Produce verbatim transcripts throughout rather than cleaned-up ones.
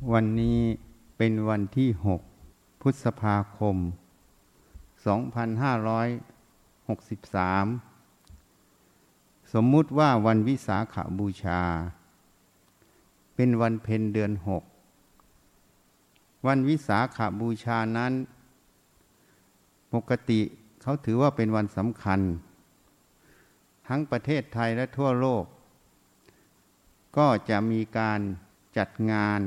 วันนี้เป็นวันที่หกพฤษภาคมสองพันห้าร้อยหกสิบสามสมมุติว่าวันวิสาขบูชาเป็นวันเพ็ญเดือนหกวันวิสาขบูชานั้นปกติเขาถือว่าเป็นวันสำคัญทั้งประเทศไทยและทั่วโลกก็จะมีการจัดงาน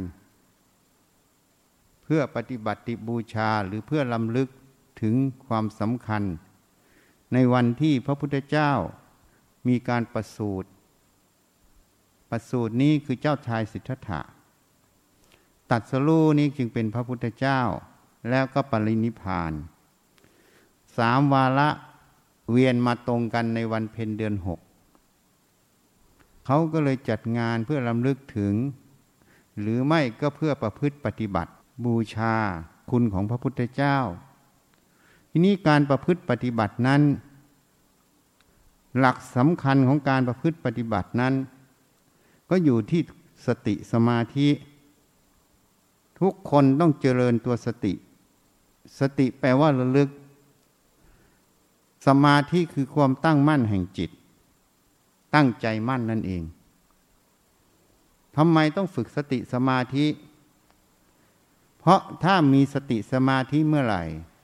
เพื่อปฏิบัติบูชาหรือเพื่อรำลึกถึงความสำคัญในวันที่พระพุทธเจ้ามีการประสูติประสูตินี้คือเจ้าชายสิทธัตถะตรัสรู้นี้จึงเป็นพระพุทธเจ้าแล้วก็ปรินิพพานสามวาระเวียนมาตรงกันในวันเพ็ญเดือนหกเขาก็เลยจัดงานเพื่อรำลึกถึงหรือไม่ก็เพื่อประพฤติปฏิบัติบูชาคุณของพระพุทธเจ้าทีนี้การประพฤติปฏิบัตินั้นหลักสำคัญของการประพฤติปฏิบัตินั้นก็อยู่ที่สติสมาธิทุกคนต้องเจริญตัวสติสติแปลว่าระลึกสมาธิคือความตั้งมั่นแห่งจิตตั้งใจมั่นนั่นเองทำไมต้องฝึกสติสมาธิเพราะถ้ามีสติสมาธิเมื่อไหร่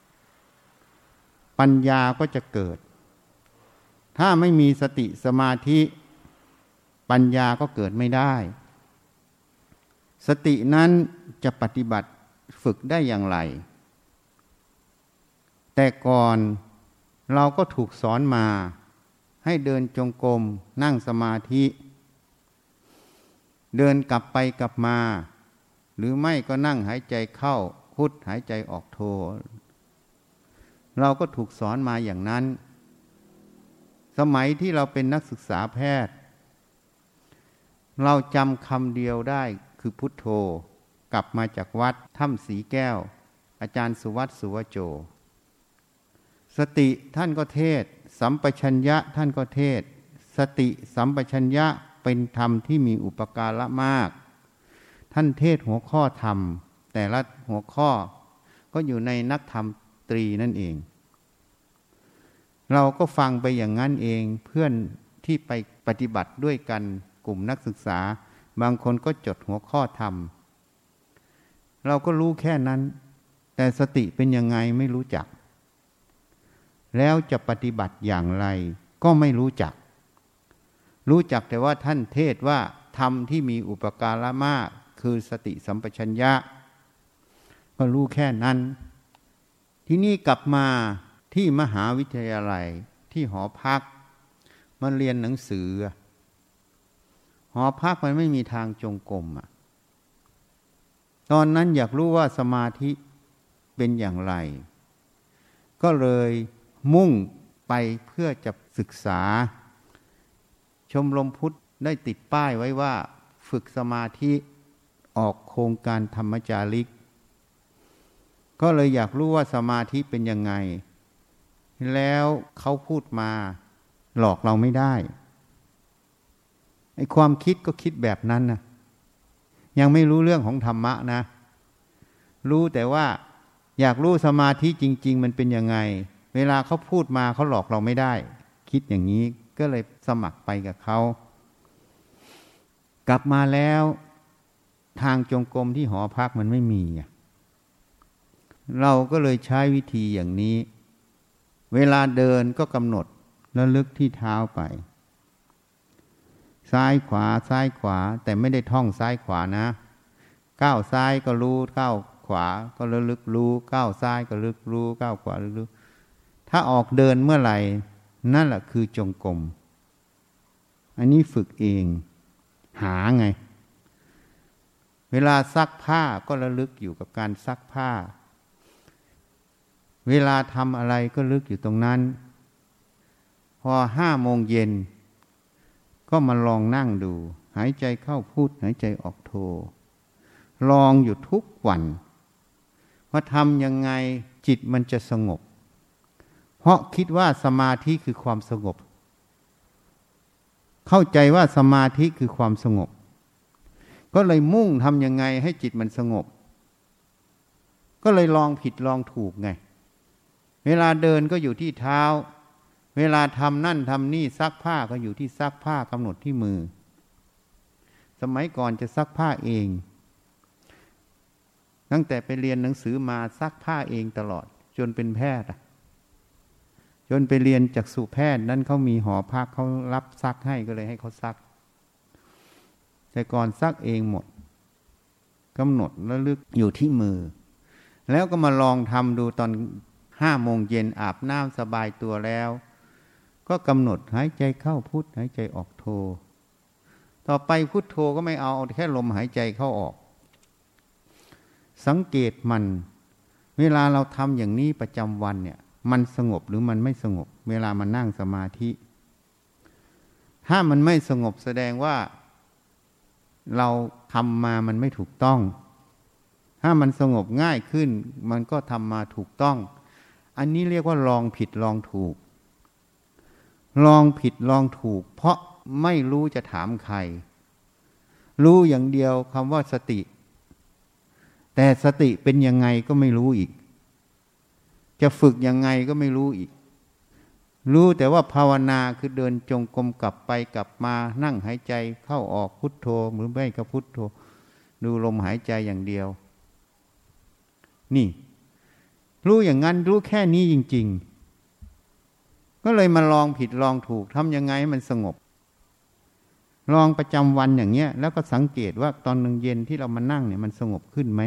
ปัญญาก็จะเกิดถ้าไม่มีสติสมาธิปัญญาก็เกิดไม่ได้สตินั้นจะปฏิบัติฝึกได้อย่างไรแต่ก่อนเราก็ถูกสอนมาให้เดินจงกรมนั่งสมาธิเดินกลับไปกลับมาหรือไม่ก็นั่งหายใจเข้าพุทหายใจออกโทเราก็ถูกสอนมาอย่างนั้นสมัยที่เราเป็นนักศึกษาแพทย์เราจำคำเดียวได้คือพุทโธกลับมาจากวัดถ้ำสีแก้วอาจารย์สุวัตสุวโจสติท่านก็เทศสัมปชัญญะท่านก็เทศสติสัมปชัญญะเป็นธรรมที่มีอุปการะมากท่านเทศหัวข้อธรรมแต่ละหัวข้อก็อยู่ในนักธรรมตรีนั่นเองเราก็ฟังไปอย่างนั้นเองเพื่อนที่ไปปฏิบัติด้วยกันกลุ่มนักศึกษาบางคนก็จดหัวข้อธรรมเราก็รู้แค่นั้นแต่สติเป็นยังไงไม่รู้จักแล้วจะปฏิบัติอย่างไรก็ไม่รู้จักรู้จักแต่ว่าท่านเทศว่าธรรมที่มีอุปการะมากคือสติสัมปชัญญะก็รู้แค่นั้นที่นี่กลับมาที่มหาวิทยาลัยที่หอพักมาเรียนหนังสือหอพักมันไม่มีทางจงกรมอ่ะตอนนั้นอยากรู้ว่าสมาธิเป็นอย่างไรก็เลยมุ่งไปเพื่อจะศึกษาชมรมพุทธได้ติดป้ายไว้ว่าฝึกสมาธิออกโครงการธรรมจาริกก็เลยอยากรู้ว่าสมาธิเป็นยังไงแล้วเขาพูดมาหลอกเราไม่ได้ไอ้ความคิดก็คิดแบบนั้นนะยังไม่รู้เรื่องของธรรมะนะรู้แต่ว่าอยากรู้สมาธิจริงๆมันเป็นยังไงเวลาเขาพูดมาเขาหลอกเราไม่ได้คิดอย่างนี้ก็เลยสมัครไปกับเขากลับมาแล้วทางจงกรมที่หอพักมันไม่มีเราก็เลยใช้วิธีอย่างนี้เวลาเดินก็กำหนดระลึกที่เท้าไปซ้ายขวาซ้ายขวาแต่ไม่ได้ท่องซ้ายขวานะก้าวซ้ายก็รู้ก้าวขวาก็ระลึกรู้ก้าวซ้ายก็ระลึกรู้ก้าวขวาระลึกถ้าออกเดินเมื่อไหร่นั่นแหละคือจงกรมอันนี้ฝึกเองหาไงเวลาซักผ้าก็ระลึกอยู่กับการซักผ้าเวลาทำอะไรก็ลึกอยู่ตรงนั้นพอห้าโมงเย็นก็มาลองนั่งดูหายใจเข้าพุทหายใจออกโทลองอยู่ทุกวันว่าทำยังไงจิตมันจะสงบเพราะคิดว่าสมาธิคือความสงบเข้าใจว่าสมาธิคือความสงบก็เลยมุ่งทำยังไงให้จิตมันสงบก็เลยลองผิดลองถูกไงเวลาเดินก็อยู่ที่เท้าเวลาทำนั่นทำนี่ซักผ้าก็อยู่ที่ซักผ้ากำหนดที่มือสมัยก่อนจะซักผ้าเองตั้งแต่ไปเรียนหนังสือมาซักผ้าเองตลอดจนเป็นแพทย์จนไปเรียนจักษุแพทย์นั้นเขามีหอพักเขารับซักให้ก็เลยให้เขาซักแต่ก่อนซักเองหมดกำหนดระลึกอยู่ที่มือแล้วก็มาลองทำดูตอนห้าโมงเย็นอาบน้ำสบายตัวแล้วก็กำหนดหายใจเข้าพุทหายใจออกโทต่อไปพุทโธก็ไม่เอาเอาแค่ลมหายใจเข้าออกสังเกตมันเวลาเราทำอย่างนี้ประจำวันเนี่ยมันสงบหรือมันไม่สงบเวลามันนั่งสมาธิถ้ามันไม่สงบแสดงว่าเราทำมามันไม่ถูกต้องถ้ามันสงบง่ายขึ้นมันก็ทำมาถูกต้องอันนี้เรียกว่าลองผิดลองถูกลองผิดลองถูกเพราะไม่รู้จะถามใครรู้อย่างเดียวคำว่าสติแต่สติเป็นยังไงก็ไม่รู้อีกจะฝึกยังไงก็ไม่รู้อีกรู้แต่ว่าภาวนาคือเดินจงกรมกลับไปกลับมานั่งหายใจเข้าออกพุทโธหรือไม่ก็พุทโธดูลมหายใจอย่างเดียวนี่รู้อย่างนั้นรู้แค่นี้จริงๆก็เลยมาลองผิดลองถูกทำยังไงให้มันสงบลองประจำวันอย่างเงี้ยแล้วก็สังเกตว่าตอนนึงเย็นที่เรามานั่งเนี่ยมันสงบขึ้นไหม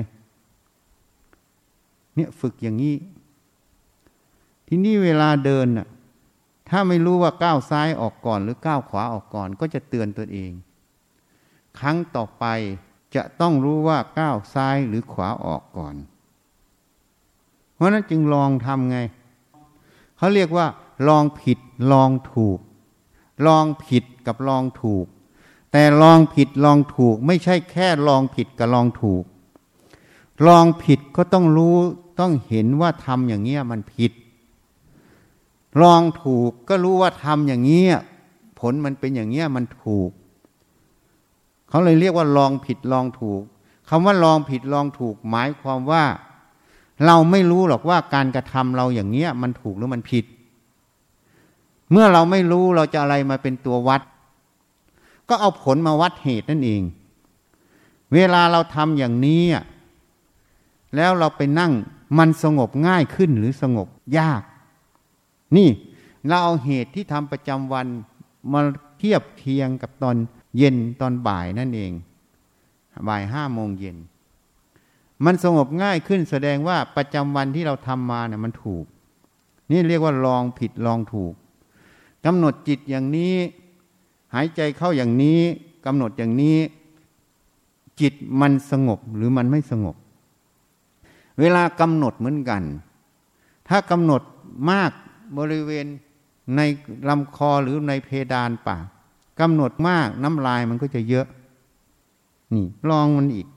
เนี่ยฝึกอย่างนี้ทีนี้เวลาเดินน่ะถ้าไม่รู้ว่าก้าวซ้ายออกก่อนหรือก้าวขวาออกก่อนก็จะเตือนตัวเองครั้งต่อไปจะต้องรู้ว่าก้าวซ้ายหรือขวาออกก่อนเพราะนั้นจึงลองทำไงเขาเรียกว่าลองผิดลองถูกลองผิดกับลองถูกแต่ลองผิดลองถูกไม่ใช่แค่ลองผิดกับลองถูกลองผิดก็ต้องรู้ต้องเห็นว่าทำอย่างเงี้ยมันผิดลองถูกก็รู้ว่าทำอย่างเงี้ยผลมันเป็นอย่างเงี้ยมันถูกเขาเลยเรียกว่าลองผิดลองถูกคำว่าลองผิดลองถูกหมายความว่าเราไม่รู้หรอกว่าการกระทำเราอย่างเงี้ยมันถูกหรือมันผิดเมื่อเราไม่รู้เราจะอะไรมาเป็นตัววัดก็เอาผลมาวัดเหตุนั่นเองเวลาเราทำอย่างนี้แล้วเราไปนั่งมันสงบง่ายขึ้นหรือสงบยากนี่เราเอาเหตุที่ทำประจำวันมาเทียบเคียงกับตอนเย็นตอนบ่ายนั่นเองบ่ายห้าโมงเย็นมันสงบง่ายขึ้นแสดงว่าประจำวันที่เราทำมาเนี่ยมันถูกนี่เรียกว่าลองผิดลองถูกกำหนดจิตอย่างนี้หายใจเข้าอย่างนี้กำหนดอย่างนี้จิตมันสงบหรือมันไม่สงบเวลากำหนดเหมือนกันถ้ากำหนดมากบริเวณในลำคอหรือในเพดานปากกำหนดมากน้ำลายมันก็จะเยอะนี่ลองมันอีก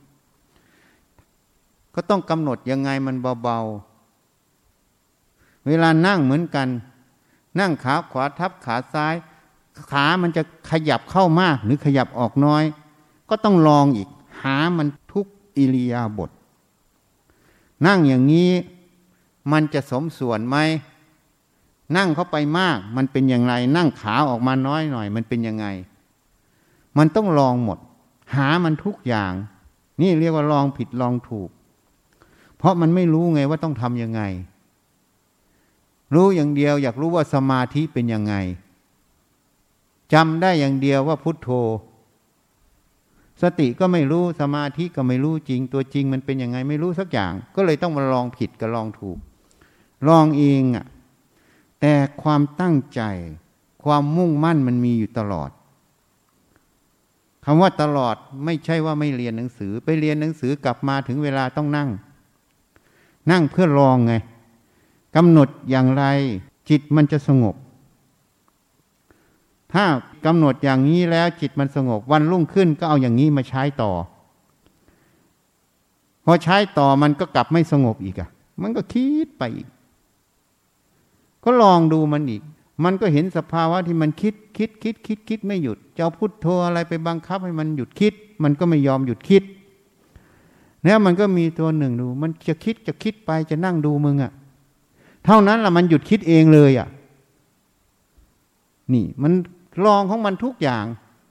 ก็ต้องกำหนดยังไงมันเบาๆเวลานั่งเหมือนกันนั่งขาขวาทับขาซ้ายขามันจะขยับเข้ามากหรือขยับออกน้อยก็ต้องลองอีกหามันทุกอิริยาบถนั่งอย่างนี้มันจะสมส่วนไหมนั่งเข้าไปมากมันเป็นอย่างไรนั่งขาออกมาน้อยหน่อยมันเป็นยังไงมันต้องลองหมดหามันทุกอย่างนี่เรียกว่าลองผิดลองถูกเพราะมันไม่รู้ไงว่าต้องทำยังไงรู้อย่างเดียวอยากรู้ว่าสมาธิเป็นยังไงจำได้อย่างเดียวว่าพุทโธสติก็ไม่รู้สมาธิก็ไม่รู้จริงตัวจริงมันเป็นยังไงไม่รู้สักอย่างก็เลยต้องมาลองผิดกับลองถูกลองเองอ่ะแต่ความตั้งใจความมุ่งมั่นมันมีอยู่ตลอดคำว่าตลอดไม่ใช่ว่าไม่เรียนหนังสือไปเรียนหนังสือกลับมาถึงเวลาต้องนั่งนั่งเพื่อลองไงกำหนดอย่างไรจิตมันจะสงบถ้ากำหนดอย่างนี้แล้วจิตมันสงบวันรุ่งขึ้นก็เอาอย่างนี้มาใช้ต่อพอใช้ต่อมันก็กลับไม่สงบอีกอ่ะมันก็คิดไปอีกก็ลองดูมันอีกมันก็เห็นสภาวะที่มันคิดคิดคิดคิดคิดไม่หยุดจะเอาพุทโธอะไรไปบังคับให้มันหยุดคิดมันก็ไม่ยอมหยุดคิดแล้วมันก็มีตัวหนึ่งดูมันจะคิดจะคิดไปจะนั่งดูมึงอ่ะเท่านั้นแหละมันหยุดคิดเองเลยอ่ะนี่มันลองของมันทุกอย่าง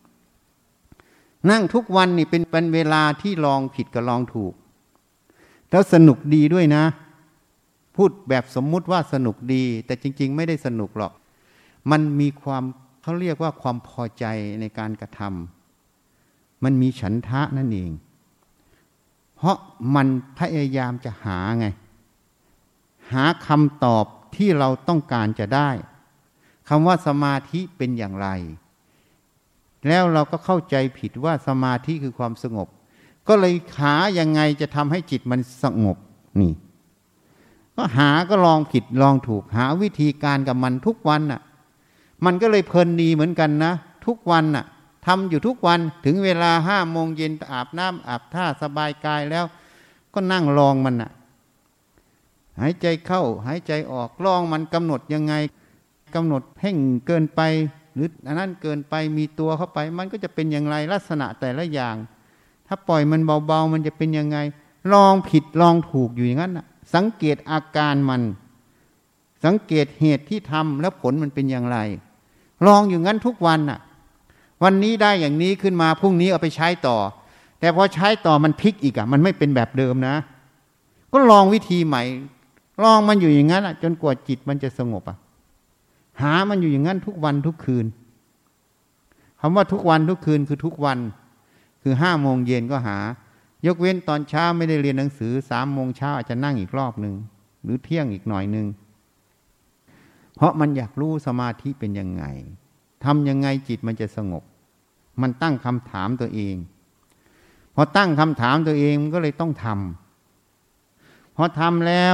นั่งทุกวันนี่เป็นเป็นเวลาที่ลองผิดกับลองถูกแล้วสนุกดีด้วยนะพูดแบบสมมุติว่าสนุกดีแต่จริงๆไม่ได้สนุกหรอกมันมีความเขาเรียกว่าความพอใจในการกระทำมันมีฉันทะนั่นเองเพราะมันพยายามจะหาไงหาคำตอบที่เราต้องการจะได้คำว่าสมาธิเป็นอย่างไรแล้วเราก็เข้าใจผิดว่าสมาธิคือความสงบก็เลยหายังไงจะทำให้จิตมันสงบนี่ก็หาก็ลองผิดลองถูกหาวิธีการกับมันทุกวันน่ะมันก็เลยเพลินดีเหมือนกันนะทุกวันน่ะทำอยู่ทุกวันถึงเวลาห้าโมงเย็นอาบน้ำอาบท่าสบายกายแล้วก็นั่งลองมันน่ะหายใจเข้าหายใจออกลองมันกำหนดยังไงกำหนดเพ่งเกินไปหรืออันนั้นเกินไปมีตัวเข้าไปมันก็จะเป็นอย่างไรลักษณะแต่ละอย่างถ้าปล่อยมันเบาๆมันจะเป็นยังไงลองผิดลองถูกอยู่อย่างนั้นน่ะสังเกตอาการมันสังเกตเหตุที่ทำแล้วผลมันเป็นอย่างไรลองอยู่งั้นทุกวันน่ะวันนี้ได้อย่างนี้ขึ้นมาพรุ่งนี้เอาไปใช้ต่อแต่พอใช้ต่อมันพลิกอีกอ่ะมันไม่เป็นแบบเดิมนะก็ลองวิธีใหม่ลองมันอยู่อย่างนั้นอ่ะจนกว่าจิตมันจะสงบอ่ะหามันอยู่อย่างนั้นทุกวันทุกคืนคำว่าทุกวันทุกคืนคือทุกวันคือห้าโมงเย็นก็หายกเว้นตอนเช้าไม่ได้เรียนหนังสือสามโมงเช้าอาจจะนั่งอีกรอบหนึ่งหรือเที่ยงอีกหน่อยหนึ่งเพราะมันอยากรู้สมาธิเป็นยังไงทำยังไงจิตมันจะสงบมันตั้งคำถามตัวเองพอตั้งคำถามตัวเองมันก็เลยต้องทำพอทำแล้ว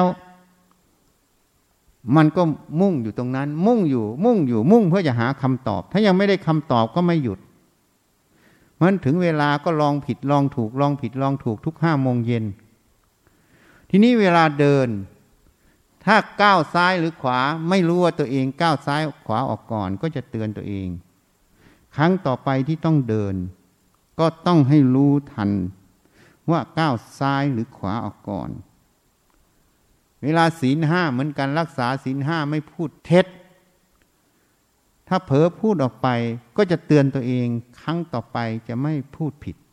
มันก็มุ่งอยู่ตรงนั้นมุ่งอยู่มุ่งอยู่มุ่งเพื่อจะหาคำตอบถ้ายังไม่ได้คำตอบก็ไม่หยุดมันถึงเวลาก็ลองผิดลองถูกลองผิดลองถูกทุกห้าโมงเย็นทีนี้เวลาเดินถ้าก้าวซ้ายหรือขวาไม่รู้ว่าตัวเองก้าวซ้ายขวาออกก่อนก็จะเตือนตัวเองครั้งต่อไปที่ต้องเดินก็ต้องให้รู้ทันว่าก้าวซ้ายหรือขวาออกก่อนเวลาศีลห้าเหมือนกันรักษาศีลห้าไม่พูดเท็จถ้าเผลอพูดออกไปก็จะเตือนตัวเองครั้งต่อไปจะไม่พูดผิด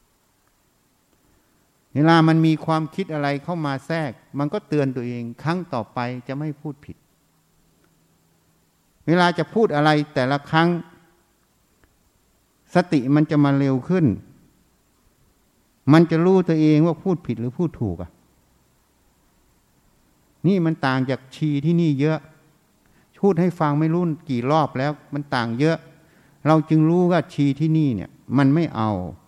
เวลามันมีความคิดอะไรเข้ามาแทรกมันก็เตือนตัวเองครั้งต่อไปจะไม่พูดผิดเวลาจะพูดอะไรแต่ละครั้งสติมันจะมาเร็วขึ้นมันจะรู้ตัวเองว่าพูดผิดหรือพูดถูกอ่ะนี่มันต่างจากชีที่นี่เยอะพูดให้ฟังไม่รู้กี่รอบแล้วมันต่างเยอะเราจึงรู้ว่าชีที่นี่เนี่ยมันไม่เอา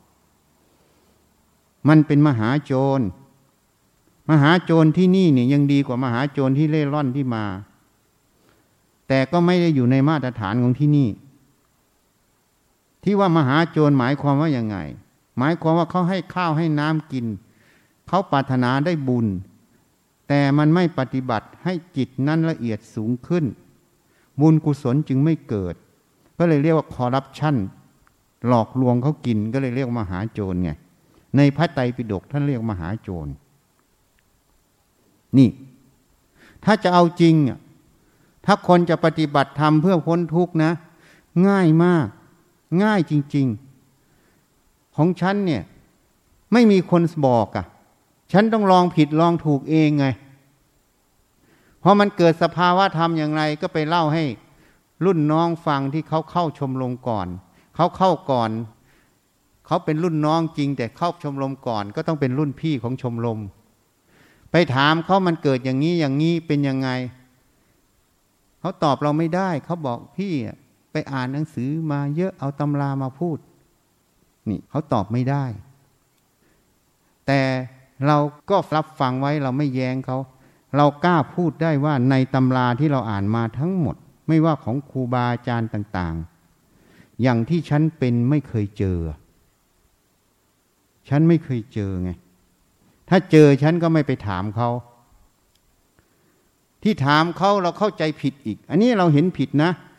มันเป็นมหาโจรมหาโจรที่นี่เนี่ยยังดีกว่ามหาโจรที่เล่ร่อนที่มาแต่ก็ไม่ได้อยู่ในมาตรฐานของที่นี่ที่ว่ามหาโจรหมายความว่ายังไงหมายความว่าเขาให้ข้าวให้น้ำกินเขาปรารถนาได้บุญแต่มันไม่ปฏิบัติให้จิตนั้นละเอียดสูงขึ้นบุญกุศลจึงไม่เกิดก็เลยเรียกว่าคอร์รัปชันหลอกลวงเขากินก็เลยเรียกมหาโจรไงในพระไตรปิฎกท่านเรียกมหาโจรนี่ถ้าจะเอาจริงถ้าคนจะปฏิบัติธรรมเพื่อพ้นทุกข์นะง่ายมากง่ายจริงๆของฉันเนี่ยไม่มีคนบอกอ่ะฉันต้องลองผิดลองถูกเองไงพอมันเกิดสภาวะธรรมอย่างไรก็ไปเล่าให้รุ่นน้องฟังที่เขาเข้าชมรมก่อนเขาเข้าก่อนเขาเป็นรุ่นน้องจริงแต่เข้าชมรมก่อนก็ต้องเป็นรุ่นพี่ของชมรมไปถามเขามันเกิดอย่างนี้อย่างนี้เป็นยังไงเขาตอบเราไม่ได้เขาบอกพี่ไปอ่านหนังสือมาเยอะเอาตำรามาพูดนี่เขาตอบไม่ได้แต่เราก็รับฟังไว้เราไม่แย้งเขาเรากล้าพูดได้ว่าในตำราที่เราอ่านมาทั้งหมดไม่ว่าของครูบาอาจารย์ต่างๆอย่างที่ฉันเป็นไม่เคยเจอฉันไม่เคยเจอไงถ้าเจอฉันก็ไม่ไปถามเขาที่ถามเขาเราเข้าใจผิดอีกอันนี้เราเห็นผิดนะ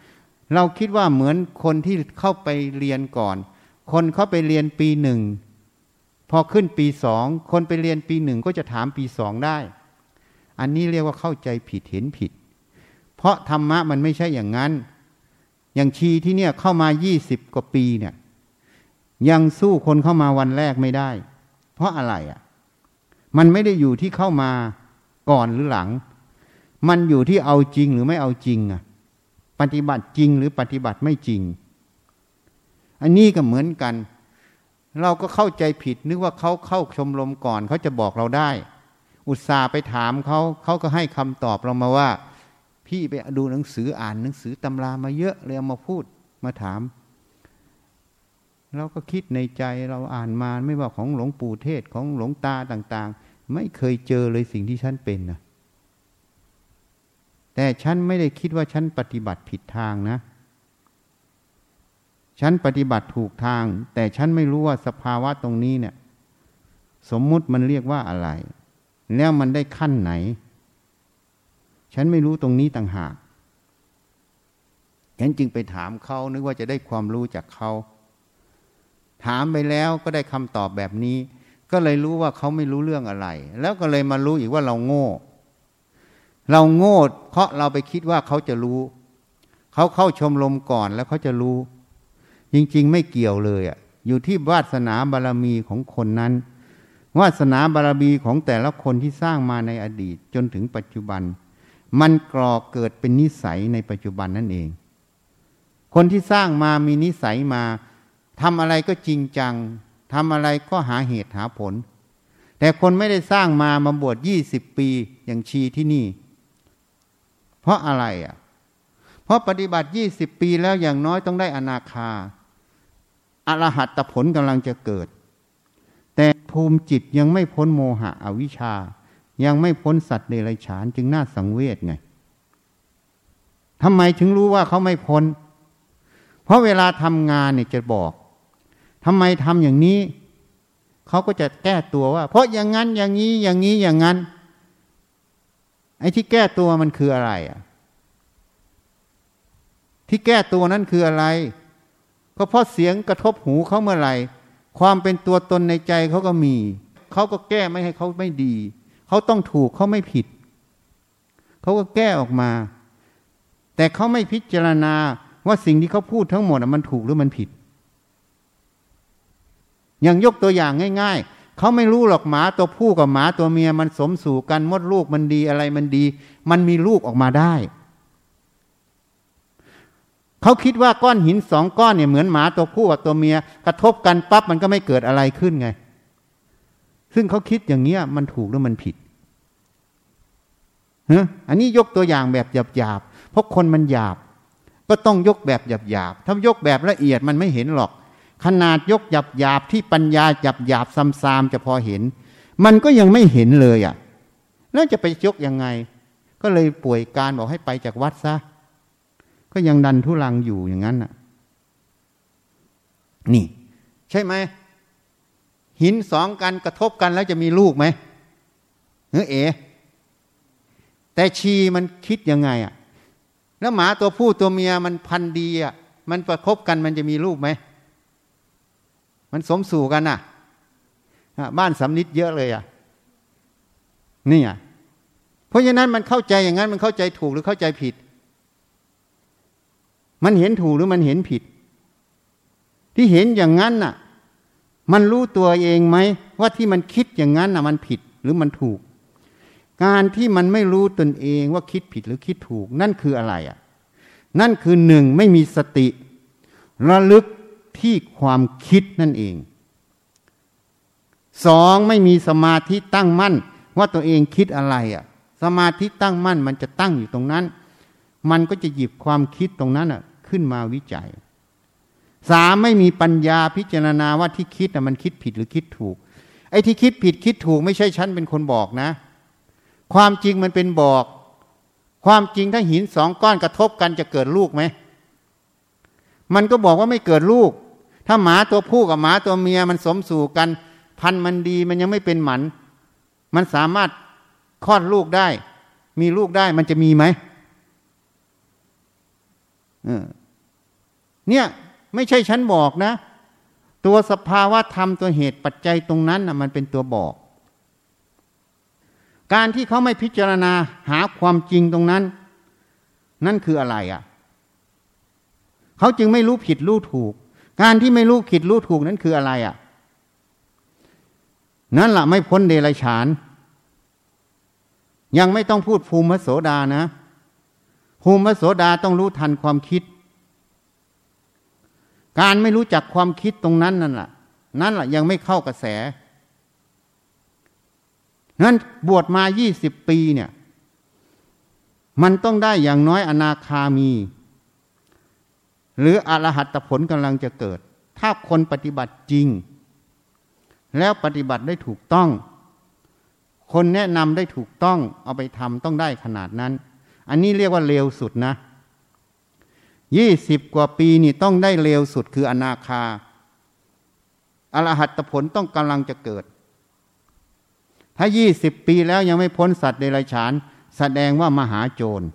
เราคิดว่าเหมือนคนที่เข้าไปเรียนก่อนคนเข้าไปเรียนปีหนึ่งพอขึ้นปีสองคนไปเรียนปีหนึ่งก็จะถามปีสองได้อันนี้เรียกว่าเข้าใจผิดเห็นผิดเพราะธรรมะมันไม่ใช่อย่างนั้นอย่างชีที่เนี่ยเข้ามายี่สิบกว่าปีเนี่ยยังสู้คนเข้ามาวันแรกไม่ได้เพราะอะไรอ่ะมันไม่ได้อยู่ที่เข้ามาก่อนหรือหลังมันอยู่ที่เอาจริงหรือไม่เอาจริงอ่ะปฏิบัติจริงหรือปฏิบัติไม่จริงอันนี้ก็เหมือนกันเราก็เข้าใจผิดนึกว่าเขาเข้าชมรมก่อนเขาจะบอกเราได้อุตส่าห์ไปถามเขาเขาก็ให้คำตอบเรามาว่าพี่ไปดูหนังสืออ่านหนังสือตำรามาเยอะเลยเอามาพูดมาถามเราก็คิดในใจเราอ่านมาไม่ว่าของหลวงปู่เทศของหลวงตาต่างๆไม่เคยเจอเลยสิ่งที่ฉันเป็นนะแต่ฉันไม่ได้คิดว่าฉันปฏิบัติผิดทางนะฉันปฏิบัติถูกทางแต่ฉันไม่รู้ว่าสภาวะตรงนี้เนี่ยสมมุติมันเรียกว่าอะไรแล้วมันได้ขั้นไหนฉันไม่รู้ตรงนี้ต่างหากฉันจึงไปถามเขานึกว่าจะได้ความรู้จากเขาถามไปแล้วก็ได้คำตอบแบบนี้ก็เลยรู้ว่าเขาไม่รู้เรื่องอะไรแล้วก็เลยมารู้อีกว่าเราโง่เราโง่เพราะเราไปคิดว่าเขาจะรู้เขาเข้าชมรมก่อนแล้วเขาจะรู้จริงๆไม่เกี่ยวเลยอ่ะอยู่ที่วาสนาบารมีของคนนั้นวาสนาบารมีของแต่ละคนที่สร้างมาในอดีตจนถึงปัจจุบันมันก่อเกิดเป็นนิสัยในปัจจุบันนั่นเองคนที่สร้างมามีนิสัยมาทำอะไรก็จริงจังทำอะไรก็หาเหตุหาผลแต่คนไม่ได้สร้างมามาบวชยี่สิบปีอย่างชีที่นี่เพราะอะไรอ่ะเพราะปฏิบัติยี่สิบปีแล้วอย่างน้อยต้องได้อนาคาอรหัตผลกำลังจะเกิดแต่ภูมิจิตยังไม่พ้นโมหะอวิชชายังไม่พ้นสัตว์เดรัจฉานจึงน่าสังเวชไงทำไมถึงรู้ว่าเขาไม่พ้นเพราะเวลาทำงานเนี่ยจะบอกทำไมทำอย่างนี้เขาก็จะแก้ตัวว่าเพราะอย่างนั้นอย่างนี้อย่างนี้อย่างนั้นไอ้ที่แก้ตัวมันคืออะไรอ่ะที่แก้ตัวนั้นคืออะไรก็เพราะเสียงกระทบหูเขาเมื่อไหร่ความเป็นตัวตนในใจเขาก็มีเขาก็แก้ไม่ให้เขาไม่ดีเขาต้องถูกเขาไม่ผิดเขาก็แก้ออกมาแต่เขาไม่พิจารณาว่าสิ่งที่เขาพูดทั้งหมดมันถูกหรือมันผิดอย่างยกตัวอย่างง่ายๆเขาไม่รู้หรอกหมาตัวผู้กับหมาตัวเมียมันสมสู่กันมดลูกมันดีอะไรมันดีมันมีลูกออกมาได้เขาคิดว่าก้อนหินสองก้อนเนี่ยเหมือนหมาตัวผู้กับตัวเมียกระทบกันปั๊บมันก็ไม่เกิดอะไรขึ้นไงซึ่งเขาคิดอย่างเงี้ยมันถูกหรือมันผิดฮะอันนี้ยกตัวอย่างแบบหยาบๆเพราะคนมันหยาบก็ต้องยกแบบหยาบๆถ้ายกแบบละเอียดมันไม่เห็นหรอกขนาดยกหยาบๆที่ปัญญาหยาบๆซ้ำๆจะพอเห็นมันก็ยังไม่เห็นเลยอ่ะแล้วจะไปยกยังไงก็เลยป่วยการบอกให้ไปจากวัดซะก็ยังดันทุลังอยู่อย่างนั้นน่ะนี่ใช่ไหมหินสองกันกระทบกันแล้วจะมีลูกไหมเออเอ๋แต่ชีมันคิดยังไงอ่ะแล้วหมาตัวผู้ตัวเมียมันพันธุ์ดีอ่ะมันประคบกันมันจะมีลูกไหมมันสมสู่กันน่ะบ้านสำลิดเยอะเลยอ่ะนี่อ่ะเพราะฉะนั้นมันเข้าใจอย่างนั้นมันเข้าใจถูกหรือเข้าใจผิดมันเห็นถูกหรือมันเห็นผิดที่เห็นอย่างนั้นน่ะมันรู้ตัวเองไหมว่าที่มันคิดอย่างนั้นน่ะมันผิดหรือมันถูกการที่มันไม่รู้ตนเองว่าคิดผิดหรือคิดถูกนั่นคืออะไรอ่ะนั่นคือหนึ่งไม่มีสติระลึกที่ความคิดนั่นเองสองไม่มีสมาธิตั้งมั่นว่าตัวเองคิดอะไรอ่ะสมาธิตั้งมั่นมันจะตั้งอยู่ตรงนั้นมันก็จะหยิบความคิดตรงนั้นอ่ะขึ้นมาวิจัยสามไม่มีปัญญาพิจารณาว่าที่คิดน่ะมันคิดผิดหรือคิดถูกไอ้ที่คิดผิดคิดถูกไม่ใช่ฉันเป็นคนบอกนะความจริงมันเป็นบอกความจริงถ้าหินสองก้อนกระทบกันจะเกิดลูกไหมมันก็บอกว่าไม่เกิดลูกถ้าหมาตัวผู้กับหมาตัวเมียมันสมสู่กันพันธุ์มันดีมันยังไม่เป็นหมันมันสามารถคลอดลูกได้มีลูกได้มันจะมีไหมเออเนี่ยไม่ใช่ฉันบอกนะตัวสภาวะธรรมตัวเหตุปัจจัยตรงนั้นนะมันเป็นตัวบอกการที่เขาไม่พิจารณาหาความจริงตรงนั้นนั่นคืออะไรอ่ะเขาจึงไม่รู้ผิดรู้ถูกการที่ไม่รู้ผิดรู้ถูกนั้นคืออะไรอ่ะนั่นแหละไม่พ้นเดรัจฉานยังไม่ต้องพูดภูมิโสดานะภูมิโสดาต้องรู้ทันความคิดการไม่รู้จักความคิดตรงนั้นนั่นแหละนั่นแหละยังไม่เข้ากระแสนั้นบวชมายี่สิบปีเนี่ยมันต้องได้อย่างน้อยอนาคามีหรืออรหัตผลกำลังจะเกิดถ้าคนปฏิบัติจริงแล้วปฏิบัติได้ถูกต้องคนแนะนำได้ถูกต้องเอาไปทำต้องได้ขนาดนั้นอันนี้เรียกว่าเร็วสุดนะยี่สิบกว่าปีนี่ต้องได้เร็วสุดคืออนาคาอรหัตผลต้องกำลังจะเกิดถ้ายี่สิบปีแล้วยังไม่พ้นสัตว์เดรัจฉานแสดงว่ามหาโจร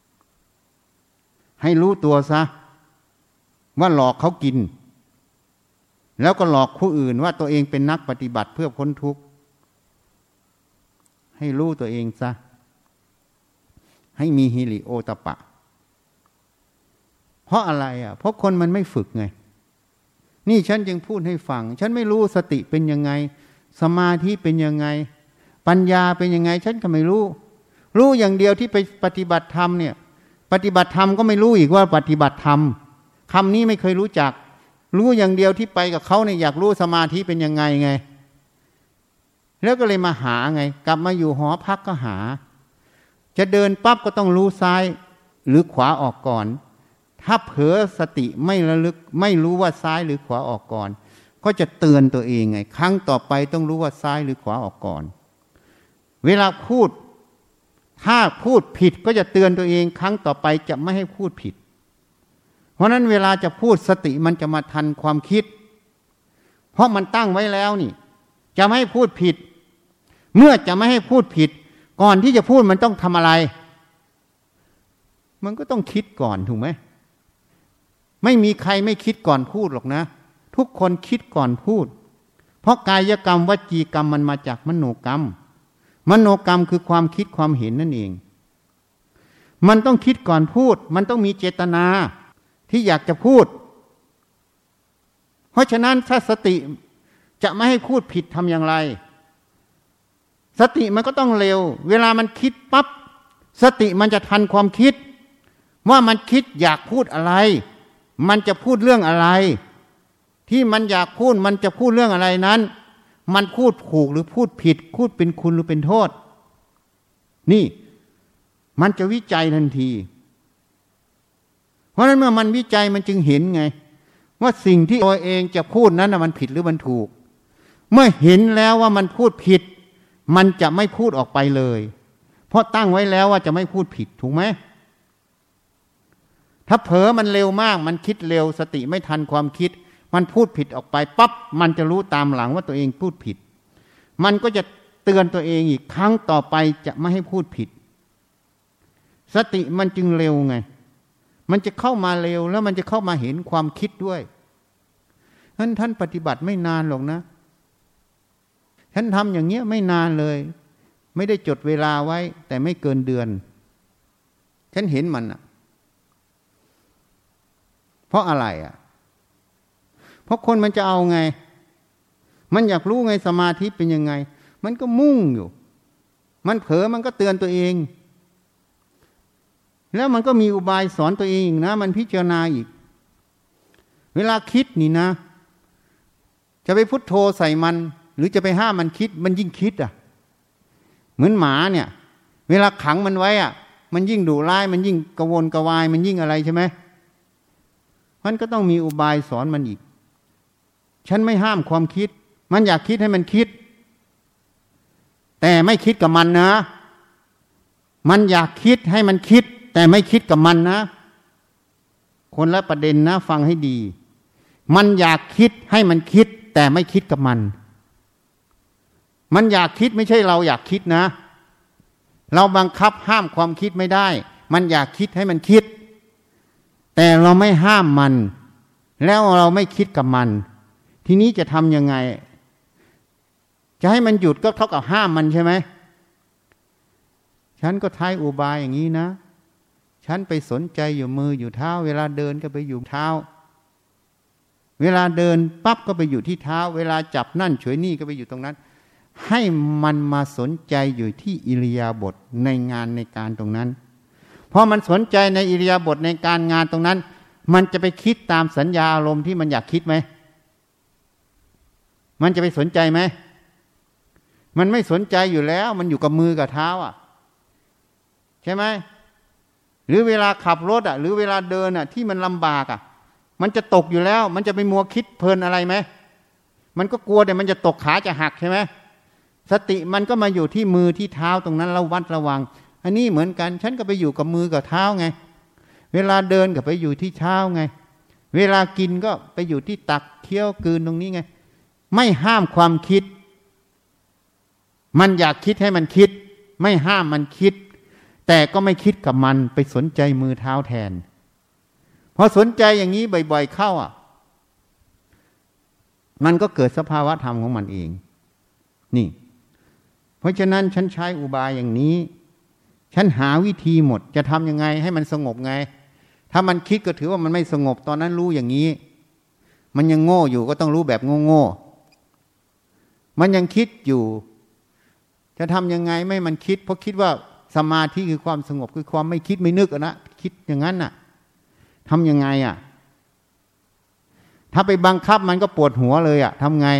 ให้รู้ตัวซะว่าหลอกเขากินแล้วก็หลอกผู้อื่นว่าตัวเองเป็นนักปฏิบัติเพื่อพ้นทุกข์ให้รู้ตัวเองซะให้มีฮิริโอตปะเพราะอะไรอ่ะเพราะคนมันไม่ฝึกไงนี่ฉันจึงพูดให้ฟังฉันไม่รู้สติเป็นยังไงสมาธิเป็นยังไงปัญญาเป็นยังไงฉันก็ไม่รู้รู้อย่างเดียวที่ไปปฏิบัติธรรมเนี่ยปฏิบัติธรรมก็ไม่รู้อีกว่าปฏิบัติธรรมคำนี้ไม่เคยรู้จักรู้อย่างเดียวที่ไปกับเขาเนี่ยอยากรู้สมาธิเป็นยังไงไงแล้วก็เลยมาหาไงกลับมาอยู่หอพักก็หาจะเดินปั๊บก็ต้องรู้ซ้ายหรือขวาออกก่อนถ้าเผลอสติไม่ระลึกไม่รู้ว่าซ้ายหรือขวาออกก่อนก็จะเตือนตัวเองไงครั้งต่อไปต้องรู้ว่าซ้ายหรือขวาออกก่อนเวลาพูดถ้าพูดผิดก็จะเตือนตัวเองครั้งต่อไปจะไม่ให้พูดผิดเพราะนั้นเวลาจะพูดสติมันจะมาทันความคิดเพราะมันตั้งไว้แล้วนี่จะไม่ให้พูดผิดเมื่อจะไม่ให้พูดผิดก่อนที่จะพูดมันต้องทำอะไรมันก็ต้องคิดก่อนถูกไหมไม่มีใครไม่คิดก่อนพูดหรอกนะทุกคนคิดก่อนพูดเพราะกายกรรมวจีกรรมมันมาจากมโนกรรมมโนกรรมคือความคิดความเห็นนั่นเองมันต้องคิดก่อนพูดมันต้องมีเจตนาที่อยากจะพูดเพราะฉะนั้นถ้าสติจะไม่ให้พูดผิดทำอย่างไรสติมันก็ต้องเร็วเวลามันคิดปั๊บสติมันจะทันความคิดว่ามันคิดอยากพูดอะไรมันจะพูดเรื่องอะไรที่มันอยากพูดมันจะพูดเรื่องอะไรนั้นมันพูดถูกหรือพูดผิดพูดเป็นคุณหรือเป็นโทษนี่มันจะวิจัยทันทีเพราะฉะนั้นเมื่อมันวิจัยมันจึงเห็นไงว่าสิ่งที่ตัวเองจะพูดนั้นมันผิดหรือมันถูกเมื่อเห็นแล้วว่ามันพูดผิดมันจะไม่พูดออกไปเลยเพราะตั้งไว้แล้วว่าจะไม่พูดผิดถูกไหมถ้าเผลอมันเร็วมากมันคิดเร็วสติไม่ทันความคิดมันพูดผิดออกไปปั๊บมันจะรู้ตามหลังว่าตัวเองพูดผิดมันก็จะเตือนตัวเองอีกครั้งต่อไปจะไม่ให้พูดผิดสติมันจึงเร็วไงมันจะเข้ามาเร็วแล้วมันจะเข้ามาเห็นความคิดด้วยฉะนั้นท่านปฏิบัติไม่นานหรอกนะฉันทำอย่างเงี้ยไม่นานเลยไม่ได้จดเวลาไว้แต่ไม่เกินเดือนฉันเห็นมันอ่ะเพราะอะไรอ่ะเพราะคนมันจะเอาไงมันอยากรู้ไงสมาธิเป็นยังไงมันก็มุ่งอยู่มันเผลอมันก็เตือนตัวเองแล้วมันก็มีอุบายสอนตัวเองอีกนะมันพิจารณาอีกเวลาคิดนี่นะจะไปพุทโธใส่มันหรือจะไปห้ามมันคิดมันยิ่งคิดอ่ะเหมือนหมาเนี่ยเวลาขังมันไว้อ่ะมันยิ่งดุร้ายมันยิ่งกระวนกระวายมันยิ่งอะไรใช่ไหมมันก็ต้องมีอุบายสอนมันอีกฉันไม่ห้ามความคิดมันอยากคิดให้มันคิดแต่ไม่คิดกับมันนะมันอยากคิดให้มันคิดแต่ไม่คิดกับมันนะคนละประเด็นนะฟังให้ดีมันอยากคิดให้มันคิดแต่ไม่คิดกับมันมันอยากคิดไม่ใช่เราอยากคิดนะเราบังคับห้ามความคิดไม่ได้มันอยากคิดให้มันคิดแต่เราไม่ห้ามมันแล้วเราไม่คิดกับมันทีนี้จะทำยังไงจะให้มันหยุดก็เท่ากับห้ามมันใช่ไหมฉันก็ใช้อุบายอย่างนี้นะฉันไปสนใจอยู่มืออยู่เท้าเวลาเดินก็ไปอยู่เท้าเวลาเดินปั๊บก็ไปอยู่ที่เท้าเวลาจับนั่นฉวยนี่ก็ไปอยู่ตรงนั้นให้มันมาสนใจอยู่ที่อิริยาบถในงานในการตรงนั้นพอมันสนใจในอิริยาบถในการงานตรงนั้นมันจะไปคิดตามสัญญาอารมณ์ที่มันอยากคิดไหมมันจะไปสนใจไหมมันไม่สนใจอยู่แล้วมันอยู่กับมือกับเท้าอ่ะใช่ไหมหรือเวลาขับรถอ่ะหรือเวลาเดินอ่ะที่มันลำบากอ่ะมันจะตกอยู่แล้วมันจะไปมัวคิดเพลินอะไรไหมมันก็กลัวแต่มันจะตกขาจะหักใช่ไหมสติมันก็มาอยู่ที่มือที่เท้าตรงนั้นระวัดระวังอันนี้เหมือนกันฉันก็ไปอยู่กับมือกับเท้าไงเวลาเดินก็ไปอยู่ที่เท้าไงเวลากินก็ไปอยู่ที่ตักเคี้ยวกลืนตรงนี้ไงไม่ห้ามความคิดมันอยากคิดให้มันคิดไม่ห้ามมันคิดแต่ก็ไม่คิดกับมันไปสนใจมือเท้าแทนพอสนใจอย่างนี้บ่อยๆเข้าอ่ะมันก็เกิดสภาวะธรรมของมันเองนี่เพราะฉะนั้นฉันใช้อุบายอย่างนี้ฉันหาวิธีหมดจะทำยังไงให้มันสงบไงถ้ามันคิดก็ถือว่ามันไม่สงบตอนนั้นรู้อย่างนี้มันยังโง่อยู่ก็ต้องรู้แบบโง่ๆมันยังคิดอยู่จะทำยังไงไม่มันคิดเพราะคิดว่าสมาธิคือความสงบคือความไม่คิดไม่นึกอะนะคิดอย่างนั้นน่ะทำยังไงอ่ะถ้าไปบังคับมันก็ปวดหัวเลยอ่ะทำไง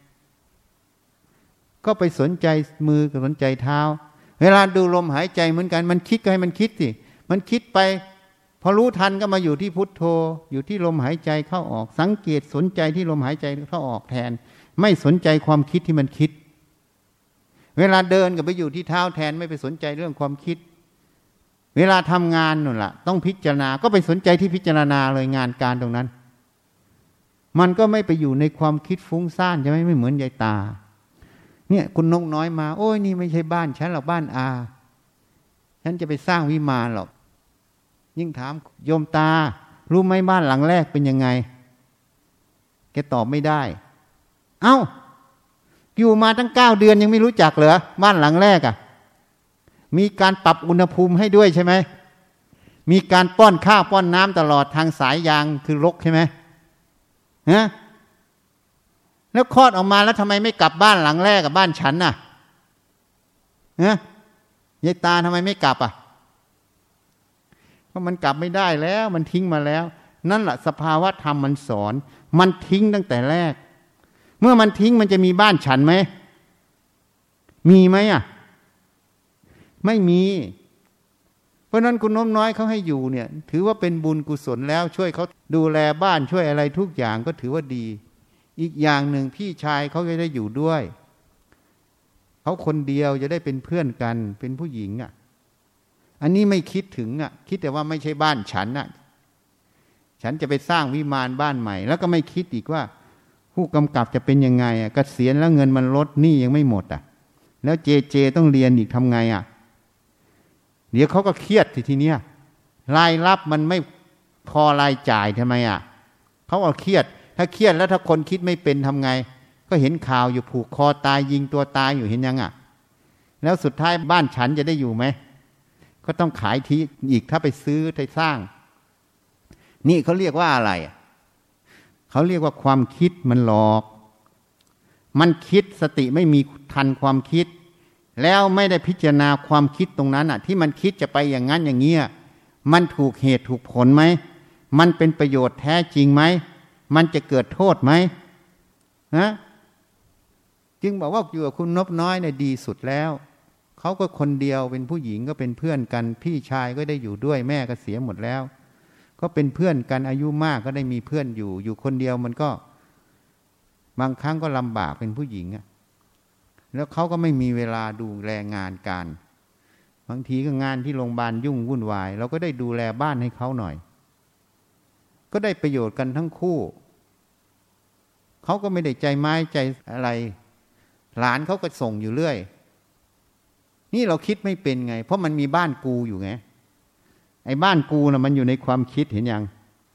ก็ไปสนใจมือกับสนใจเท้าเวลาดูลมหายใจเหมือนกันมันคิดก็ให้มันคิดสิมันคิดไปพอรู้ทันก็มาอยู่ที่พุทโธอยู่ที่ลมหายใจเข้าออกสังเกตสนใจที่ลมหายใจเข้าออกแทนไม่สนใจความคิดที่มันคิดเวลาเดินก็ไปอยู่ที่เท้าแทนไม่ไปสนใจเรื่องความคิดเวลาทำงานนั่นแหละต้องพิจารณาก็ไปสนใจที่พิจารณาเลยงานการตรงนั้นมันก็ไม่ไปอยู่ในความคิดฟุ้งซ่านใช่ไหมไม่เหมือนยายตาเนี่ยคุณนกน้อยมาโอ้ยนี่ไม่ใช่บ้านฉันหรอกบ้านอาฉันจะไปสร้างวิมานหรอกยิ่งถามโยมตารู้ไหมบ้านหลังแรกเป็นยังไงแกตอบไม่ได้เอ้าอยู่มาตั้งเก้าเดือนยังไม่รู้จักเหรอบ้านหลังแรกอ่ะมีการปรับอุณหภูมิให้ด้วยใช่ไหมมีการป้อนข้าวป้อนน้ำตลอดทางสายยางคือรกใช่ไหมฮะแล้วคลอดออกมาแล้วทำไมไม่กลับบ้านหลังแรกกับบ้านฉันน่ะฮะยายตาทำไมไม่กลับอ่ะเพราะมันกลับไม่ได้แล้วมันทิ้งมาแล้วนั่นแหละสภาวะธรรมมันสอนมันทิ้งตั้งแต่แรกเมื่อมันทิ้งมันจะมีบ้านฉันไหมมีไหมอ่ะไม่มีเพราะนั้นคุณน้อมน้อยเขาให้อยู่เนี่ยถือว่าเป็นบุญกุศลแล้วช่วยเขาดูแลบ้านช่วยอะไรทุกอย่างก็ถือว่าดีอีกอย่างหนึ่งพี่ชายเขาจะได้อยู่ด้วยเขาคนเดียวจะได้เป็นเพื่อนกันเป็นผู้หญิงอ่ะอันนี้ไม่คิดถึงอ่ะคิดแต่ว่าไม่ใช่บ้านฉันอ่ะฉันจะไปสร้างวิมานบ้านใหม่แล้วก็ไม่คิดอีกว่าผู้กำกับจะเป็นยังไงอ่ะเกษียณแล้วเงินมันลดหนี้ยังไม่หมดอ่ะแล้วเจเจต้องเรียนอีกทำไงอ่ะเดี๋ยวเขาก็เครียดทีทีเนี้ยรายรับมันไม่พอรายจ่ายทำไมอ่ะเขาก็เครียดถ้าเครียดแล้วถ้าคนคิดไม่เป็นทำไงก็เห็นข่าวอยู่ผูกคอตายยิงตัวตายอยู่เห็นยังอ่ะแล้วสุดท้ายบ้านฉันจะได้อยู่ไหมก็ต้องขายที่อีกถ้าไปซื้อไปสร้างนี่เขาเรียกว่าอะไรเขาเรียกว่าความคิดมันหลอกมันคิดสติไม่มีทันความคิดแล้วไม่ได้พิจารณาความคิดตรงนั้นอ่ะที่มันคิดจะไปอย่างนั้นอย่างเงี้ยมันถูกเหตุถูกผลไหมมันเป็นประโยชน์แท้จริงไหมมันจะเกิดโทษไหมนะจึงบอกว่าอยู่กับคุณนพน้อยเนี่ยดีสุดแล้วเขาก็คนเดียวเป็นผู้หญิงก็เป็นเพื่อนกันพี่ชายก็ได้อยู่ด้วยแม่ก็เสียหมดแล้วก็เป็นเพื่อนกันอายุมากก็ได้มีเพื่อนอยู่อยู่คนเดียวมันก็บางครั้งก็ลำบากเป็นผู้หญิงอ่ะแล้วเขาก็ไม่มีเวลาดูแลงานการบางทีก็งานที่โรงพยาบาลยุ่งวุ่นวายเราก็ได้ดูแลบ้านให้เขาหน่อยก็ได้ประโยชน์กันทั้งคู่เขาก็ไม่ได้ใจไม้ใจอะไรหลานเขาก็ส่งอยู่เรื่อยนี่เราคิดไม่เป็นไงเพราะมันมีบ้านกูอยู่ไงไอ้บ้านกูน่ะมันอยู่ในความคิดเห็นยัง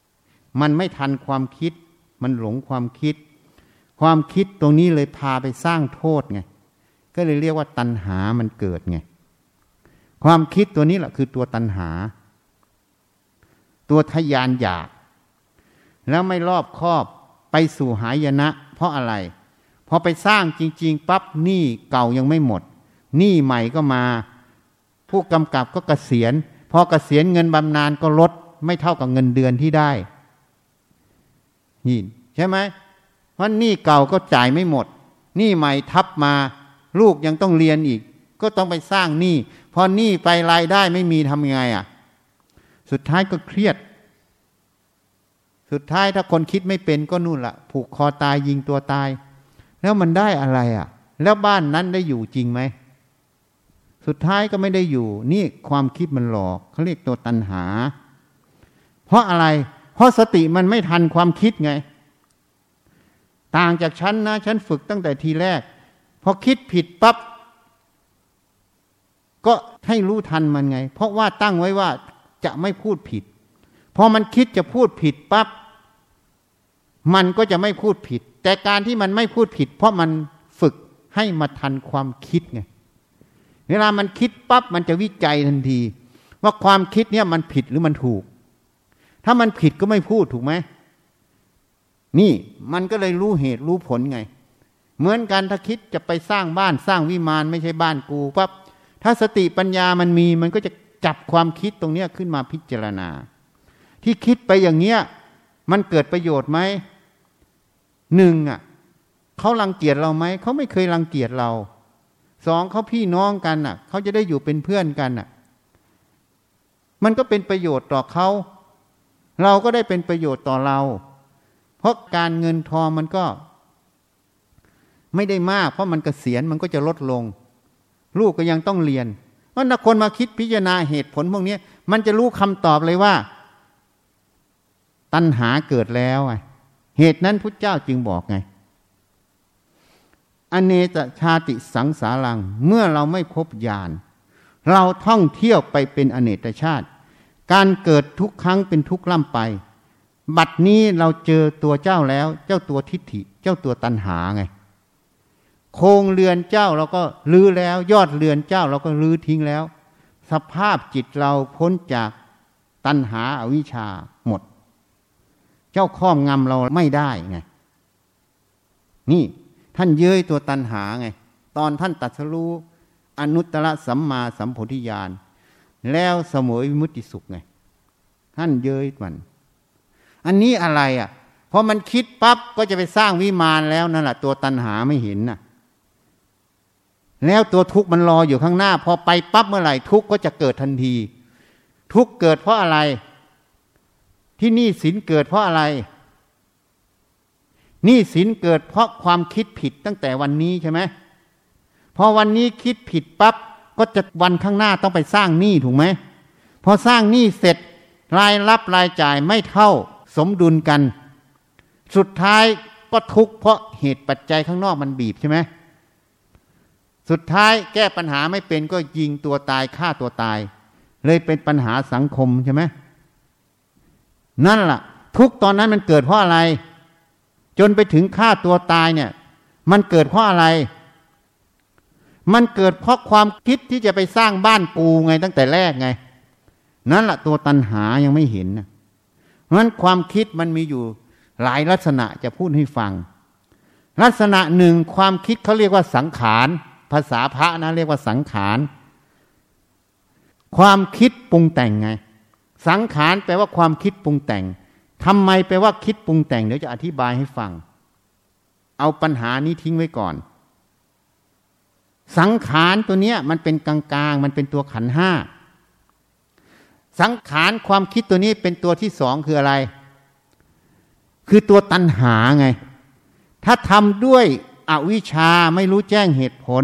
มันไม่ทันความคิดมันหลงความคิดความคิดตรงนี้เลยพาไปสร้างโทษไงก็เลยเรียกว่าตัณหามันเกิดไงความคิดตัวนี้แหละคือตัวตัณหาตัวทยานอยากแล้วไม่รอบคอบไปสู่หายนะเพราะอะไรพอไปสร้างจริงๆปั๊บหนี้เก่ายังไม่หมดหนี้ใหม่ก็มาผู้กำกับก็เกษียณพอเกษียณเงินบำนาญก็ลดไม่เท่ากับเงินเดือนที่ได้นี่ใช่ไหมเพราะหนี้เก่าก็จ่ายไม่หมดหนี้ใหม่ทับมาลูกยังต้องเรียนอีกก็ต้องไปสร้างหนี้พอหนี้ไปรายได้ไม่มีทำยังไงอ่ะสุดท้ายก็เครียดสุดท้ายถ้าคนคิดไม่เป็นก็นู่นละผูกคอตายยิงตัวตายแล้วมันได้อะไรอ่ะแล้วบ้านนั้นได้อยู่จริงไหมสุดท้ายก็ไม่ได้อยู่นี่ความคิดมันหลอกเขาเรียกตัวตัณหาเพราะอะไรเพราะสติมันไม่ทันความคิดไงต่างจากฉันนะฉันฝึกตั้งแต่ทีแรกพอคิดผิดปั๊บก็ให้รู้ทันมันไงเพราะว่าตั้งไว้ว่าจะไม่พูดผิดพอมันคิดจะพูดผิดปั๊บมันก็จะไม่พูดผิดแต่การที่มันไม่พูดผิดเพราะมันฝึกให้มาทันความคิดไงเวลามันคิดปั๊บมันจะวิจัยทันทีว่าความคิดเนี่ยมันผิดหรือมันถูกถ้ามันผิดก็ไม่พูดถูกไหมนี่มันก็เลยรู้เหตุรู้ผลไงเหมือนกันถ้าคิดจะไปสร้างบ้านสร้างวิมานไม่ใช่บ้านกูปั๊บถ้าสติปัญญามันมีมันก็จะจับความคิดตรงเนี้ยขึ้นมาพิจารณาที่คิดไปอย่างเงี้ยมันเกิดประโยชน์ไหมหนึ่งอ่ะเขารังเกียจเราไหมเขาไม่เคยรังเกียจเราสองเขาพี่น้องกันอ่ะเขาจะได้อยู่เป็นเพื่อนกันอ่ะมันก็เป็นประโยชน์ต่อเขาเราก็ได้เป็นประโยชน์ต่อเราเพราะการเงินทองมันก็ไม่ได้มากเพราะมันเกษียณมันก็จะลดลงลูกก็ยังต้องเรียนเพราะนักคนมาคิดพิจารณาเหตุผลพวกนี้มันจะรู้คำตอบเลยว่าตัณหาเกิดแล้วไงเหตุนั้นพุทธเจ้าจึงบอกไงอเนจชาติสังสารังเมื่อเราไม่พบญาณเราท่องเที่ยวไปเป็นอเนกชาติการเกิดทุกครั้งเป็นทุกข์ล่ำไปบัดนี้เราเจอตัวเจ้าแล้วเจ้าตัวทิฏฐิเจ้าตัวตัณหาไงโครงเรือนเจ้าเราก็ลื้อแล้วยอดเรือนเจ้าเราก็ลื้อทิ้งแล้วสภาพจิตเราพ้นจากตัณหาอวิชชาหมดเจ้าครอบงำเราไม่ได้ไงนี่ท่านเย้ยตัวตัณหาไงตอนท่านตรัสรู้อนุตตรสัมมาสัมโพธิญาณแล้วเสมอวิมุตติสุขไงท่านเย้ยมันอันนี้อะไรอ่ะพอมันคิดปั๊บก็จะไปสร้างวิมานแล้วนั่นแหละตัวตัณหาไม่เห็นน่ะแล้วตัวทุกข์มันรออยู่ข้างหน้าพอไปปั๊บเมื่อไหร่ทุกข์ก็จะเกิดทันทีทุกข์เกิดเพราะอะไรที่หนี้สินเกิดเพราะอะไรหนี้สินเกิดเพราะความคิดผิดตั้งแต่วันนี้ใช่ไหมพอวันนี้คิดผิดปั๊บก็จะวันข้างหน้าต้องไปสร้างหนี้ถูกไหมพอสร้างหนี้เสร็จรายรับรายจ่ายไม่เท่าสมดุลกันสุดท้ายก็ทุกข์เพราะเหตุปัจจัยข้างนอกมันบีบใช่ไหมสุดท้ายแก้ปัญหาไม่เป็นก็ยิงตัวตายฆ่าตัวตายเลยเป็นปัญหาสังคมใช่ไหมนั่นล่ะทุกตอนนั้นมันเกิดเพราะอะไรจนไปถึงฆ่าตัวตายเนี่ยมันเกิดเพราะอะไรมันเกิดเพราะความคิดที่จะไปสร้างบ้านกูไงตั้งแต่แรกไงนั่นล่ะตัวตัณหายังไม่เห็นนะเพราะฉะนั้นความคิดมันมีอยู่หลายลักษณะจะพูดให้ฟังลักษณะหนึ่งความคิดเขาเรียกว่าสังขารภาษาพระนะเรียกว่าสังขารความคิดปรุงแต่งไงสังขารแปลว่าความคิดปรุงแต่งทำไมแปลว่าคิดปรุงแต่งเดี๋ยวจะอธิบายให้ฟังเอาปัญหานี้ทิ้งไว้ก่อนสังขารตัวเนี้ยมันเป็นกลางๆมันเป็นตัวขันธ์ห้าสังขารความคิดตัวนี้เป็นตัวที่สองคืออะไรคือตัวตัณหาไงถ้าทำด้วยอวิชชาไม่รู้แจ้งเหตุผล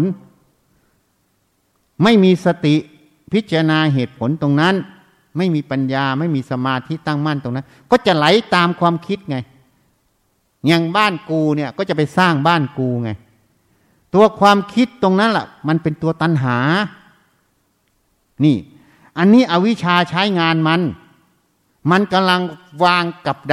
ไม่มีสติพิจารณาเหตุผลตรงนั้นไม่มีปัญญาไม่มีสมาธิตั้งมั่นตรงนั้นก็จะไหลตามความคิดไงอย่างบ้านกูเนี่ยก็จะไปสร้างบ้านกูไงตัวความคิดตรงนั้นแหละมันเป็นตัวตัณหานี่อันนี้อวิชชาใช้งานมันมันกำลังวางกับดัก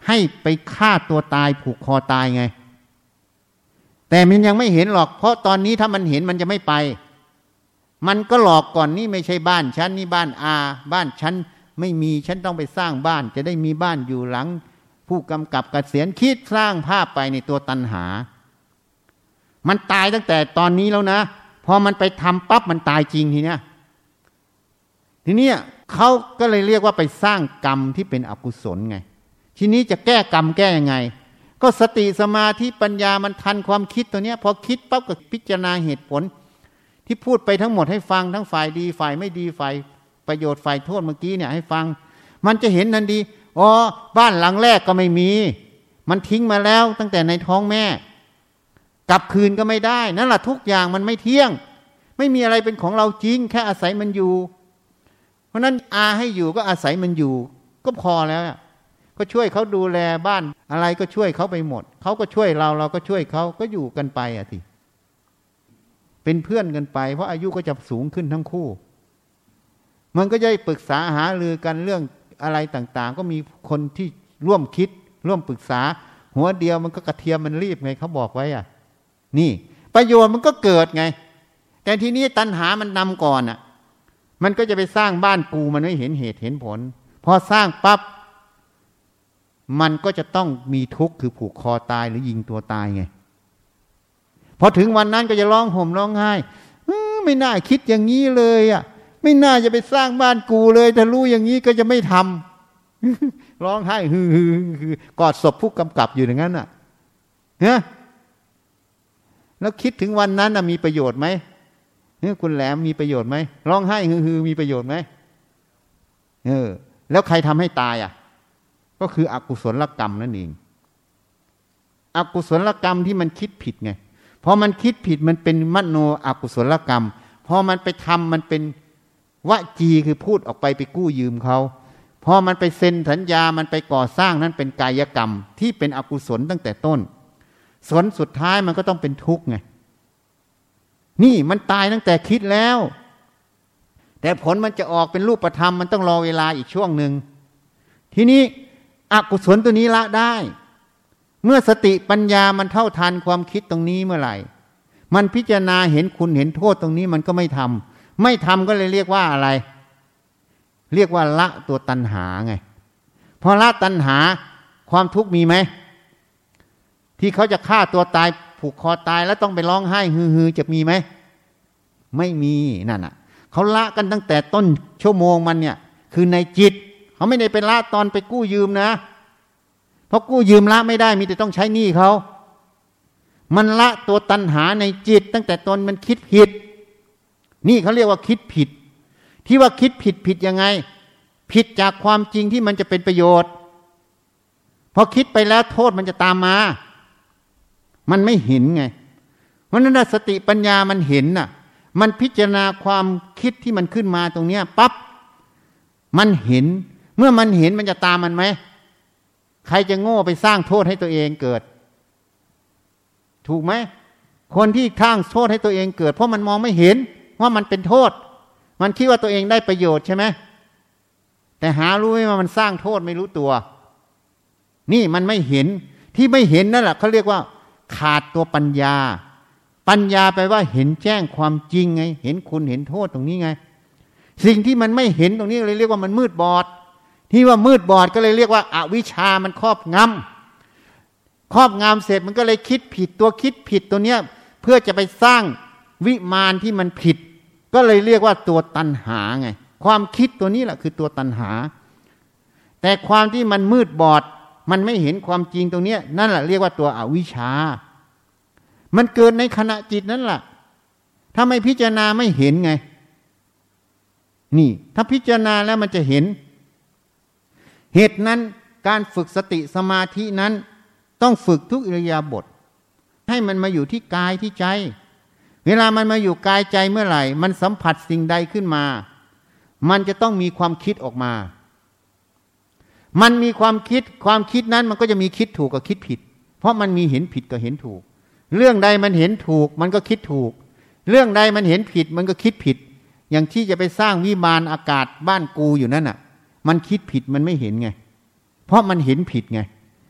ให้ไปฆ่าตัวตายผูกคอตายไงแต่มันยังไม่เห็นหรอกเพราะตอนนี้ถ้ามันเห็นมันจะไม่ไปมันก็หลอกก่อนนี่ไม่ใช่บ้านฉันนี่บ้านอาบ้านฉันไม่มีฉันต้องไปสร้างบ้านจะได้มีบ้านอยู่หลังผู้กำกับเกษียณคิดสร้างภาพไปในตัวตัณหามันตายตั้งแต่ตอนนี้แล้วนะพอมันไปทำปั๊บมันตายจริงทีเนี้ยทีเนี้ยเขาก็เลยเรียกว่าไปสร้างกรรมที่เป็นอกุศลไงทีนี้จะแก้กรรมแก้ยังไงก็สติสมาธิปัญญามันทันความคิดตัวเนี้ยพอคิดปั๊บก็พิจารณาเหตุผลที่พูดไปทั้งหมดให้ฟังทั้งฝ่ายดีฝ่ายไม่ดีฝ่ายประโยชน์ฝ่ายโทษเมื่อกี้เนี่ยให้ฟังมันจะเห็นทันทีอ๋อบ้านหลังแรกก็ไม่มีมันทิ้งมาแล้วตั้งแต่ในท้องแม่กลับคืนก็ไม่ได้นั่นแหละทุกอย่างมันไม่เที่ยงไม่มีอะไรเป็นของเราจริงแค่อาศัยมันอยู่เพราะนั้นอาให้อยู่ก็อาศัยมันอยู่ก็พอแล้วก็ช่วยเขาดูแลบ้านอะไรก็ช่วยเขาไปหมดเขาก็ช่วยเราเราก็ช่วยเขาก็อยู่กันไปอ่ะสิเป็นเพื่อนกันไปเพราะอายุก็จะสูงขึ้นทั้งคู่มันก็จะปรึกษาหารือกันเรื่องอะไรต่างๆก็มีคนที่ร่วมคิดร่วมปรึกษาหัวเดียวมันก็กระเทียมมันรีบไงเขาบอกไว้อ่ะนี่ประโยชน์มันก็เกิดไงแต่ทีนี้ตัณหามันนำก่อนอ่ะมันก็จะไปสร้างบ้านกูมันไม่เห็นเหตุเห็นผลพอสร้างปั๊บมันก็จะต้องมีทุกข์คือผูกคอตายหรือยิงตัวตายไงพอถึงวันนั้นก็จะร้องห่มร้องไห้ไม่น่าคิดอย่างนี้เลยอ่ะไม่น่าจะไปสร้างบ้านกูเลยถ้ารู้อย่างนี้ก็จะไม่ทำร้องไห้ฮือกอดศพผู้กำกับอยู่อย่างนั้นอ่ะฮะแล้วคิดถึงวันนั้นน่ะมีประโยชน์ไหมคุณแหลมมีประโยชน์ไหมร้องไห้ฮือมีประโยชน์ไหมเออแล้วใครทำให้ตายอ่ะก็คืออกุศลกรรมนั่นเองอกุศลกรรมที่มันคิดผิดไงพอมันคิดผิดมันเป็นมโนอกุศลกรรมพอมันไปทำมันเป็นวจีคือพูดออกไปไปกู้ยืมเขาพอมันไปเซ็นสัญญามันไปก่อสร้างนั้นเป็นกายกรรมที่เป็นอกุศลตั้งแต่ต้นผลสุดท้ายมันก็ต้องเป็นทุกข์ไงนี่มันตายตั้งแต่คิดแล้วแต่ผลมันจะออกเป็นรูปธรรมมันต้องรอเวลาอีกช่วงหนึ่งทีนี้อกุศลตัวนี้ละได้เมื่อสติปัญญามันเท่าทันความคิดตรงนี้เมื่อไหร่มันพิจารณาเห็นคุณเห็นโทษตรงนี้มันก็ไม่ทำไม่ทำก็เลยเรียกว่าอะไรเรียกว่าละตัวตัณหาไงพอละตัณหาความทุกข์มีไหมที่เขาจะฆ่าตัวตายผูกคอตายแล้วต้องไปร้องไห้ฮือๆจะมีไหมไม่มีนั่นน่ะเขาละกันตั้งแต่ต้นชั่วโมงมันเนี่ยคือในจิตเขาไม่ได้ไปละตอนไปกู้ยืมนะเพราะกู้ยืมละไม่ได้มีแต่ต้องใช้หนี้เขามันละตัวตัณหาในจิตตั้งแต่ตนมันคิดผิดนี่เขาเรียกว่าคิดผิดที่ว่าคิดผิดผิดยังไงผิดจากความจริงที่มันจะเป็นประโยชน์พอคิดไปแล้วโทษมันจะตามมามันไม่เห็นไงเพราะนั้นสติปัญญามันเห็นน่ะมันพิจารณาความคิดที่มันขึ้นมาตรงเนี้ยปั๊บมันเห็นเมื่อมันเห็นมันจะตามมันไหมใครจะโง่ไปสร้างโทษให้ตัวเองเกิดถูกไหมคนที่สร้างโทษให้ตัวเองเกิดเพราะมันมองไม่เห็นว่ามันเป็นโทษมันคิดว่าตัวเองได้ประโยชน์ใช่ไหมแต่หารู้ไหมว่ามันสร้างโทษไม่รู้ตัวนี่มันไม่เห็นที่ไม่เห็นนั่นแหละเขาเรียกว่าขาดตัวปัญญาปัญญาแปลว่าเห็นแจ้งความจริงไงเห็นคุณเห็นโทษตรงนี้ไงสิ่งที่มันไม่เห็นตรงนี้เลยเรียกว่ามันมืดบอดที่ว่ามืดบอดก็เลยเรียกว่าอวิชชามันครอบงำครอบงำเสร็จมันก็เลยคิดผิดตัวคิดผิดตัวเนี้ยเพื่อจะไปสร้างวิมานที่มันผิดก็เลยเรียกว่าตัวตัณหาไงความคิดตัวนี้แหละคือตัวตัณหาแต่ความที่มันมืดบอดมันไม่เห็นความจริงตรงนี้นั่นแหละเรียกว่าตัวอวิชชามันเกิดในขณะจิตนั่นแหละถ้าไม่พิจารณาไม่เห็นไงนี่ถ้าพิจารณาแล้วมันจะเห็นเหตุนั้นการฝึกสติสมาธินั้นต้องฝึกทุกอิริยาบถให้มันมาอยู่ที่กายที่ใจเวลามันมาอยู่กายใจเมื่อไหร่มันสัมผัสสิ่งใดขึ้นมามันจะต้องมีความคิดออกมามันมีความคิดความคิดนั้นมันก็จะมีคิดถูกกับคิดผิดเพราะมันมีเห็นผิดกับเห็นถูกเรื่องใดมันเห็นถูกมันก็คิดถูกเรื่องใดมันเห็นผิดมันก็คิดผิดอย่างที่จะไปสร้างวิมานอากาศบ้านกูอยู่นั่นน่ะมันคิดผิดมันไม่เห็นไงเพราะมันเห็นผิดไง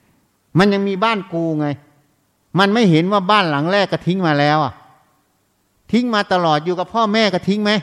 มันยังมีบ้านกูไงมันไม่เห็นว่าบ้านหลังแรกก็ทิ้งมาแล้วอ่ะทิ้งมาตลอดอยู่กับพ่อแม่ก็ทิ้งไหม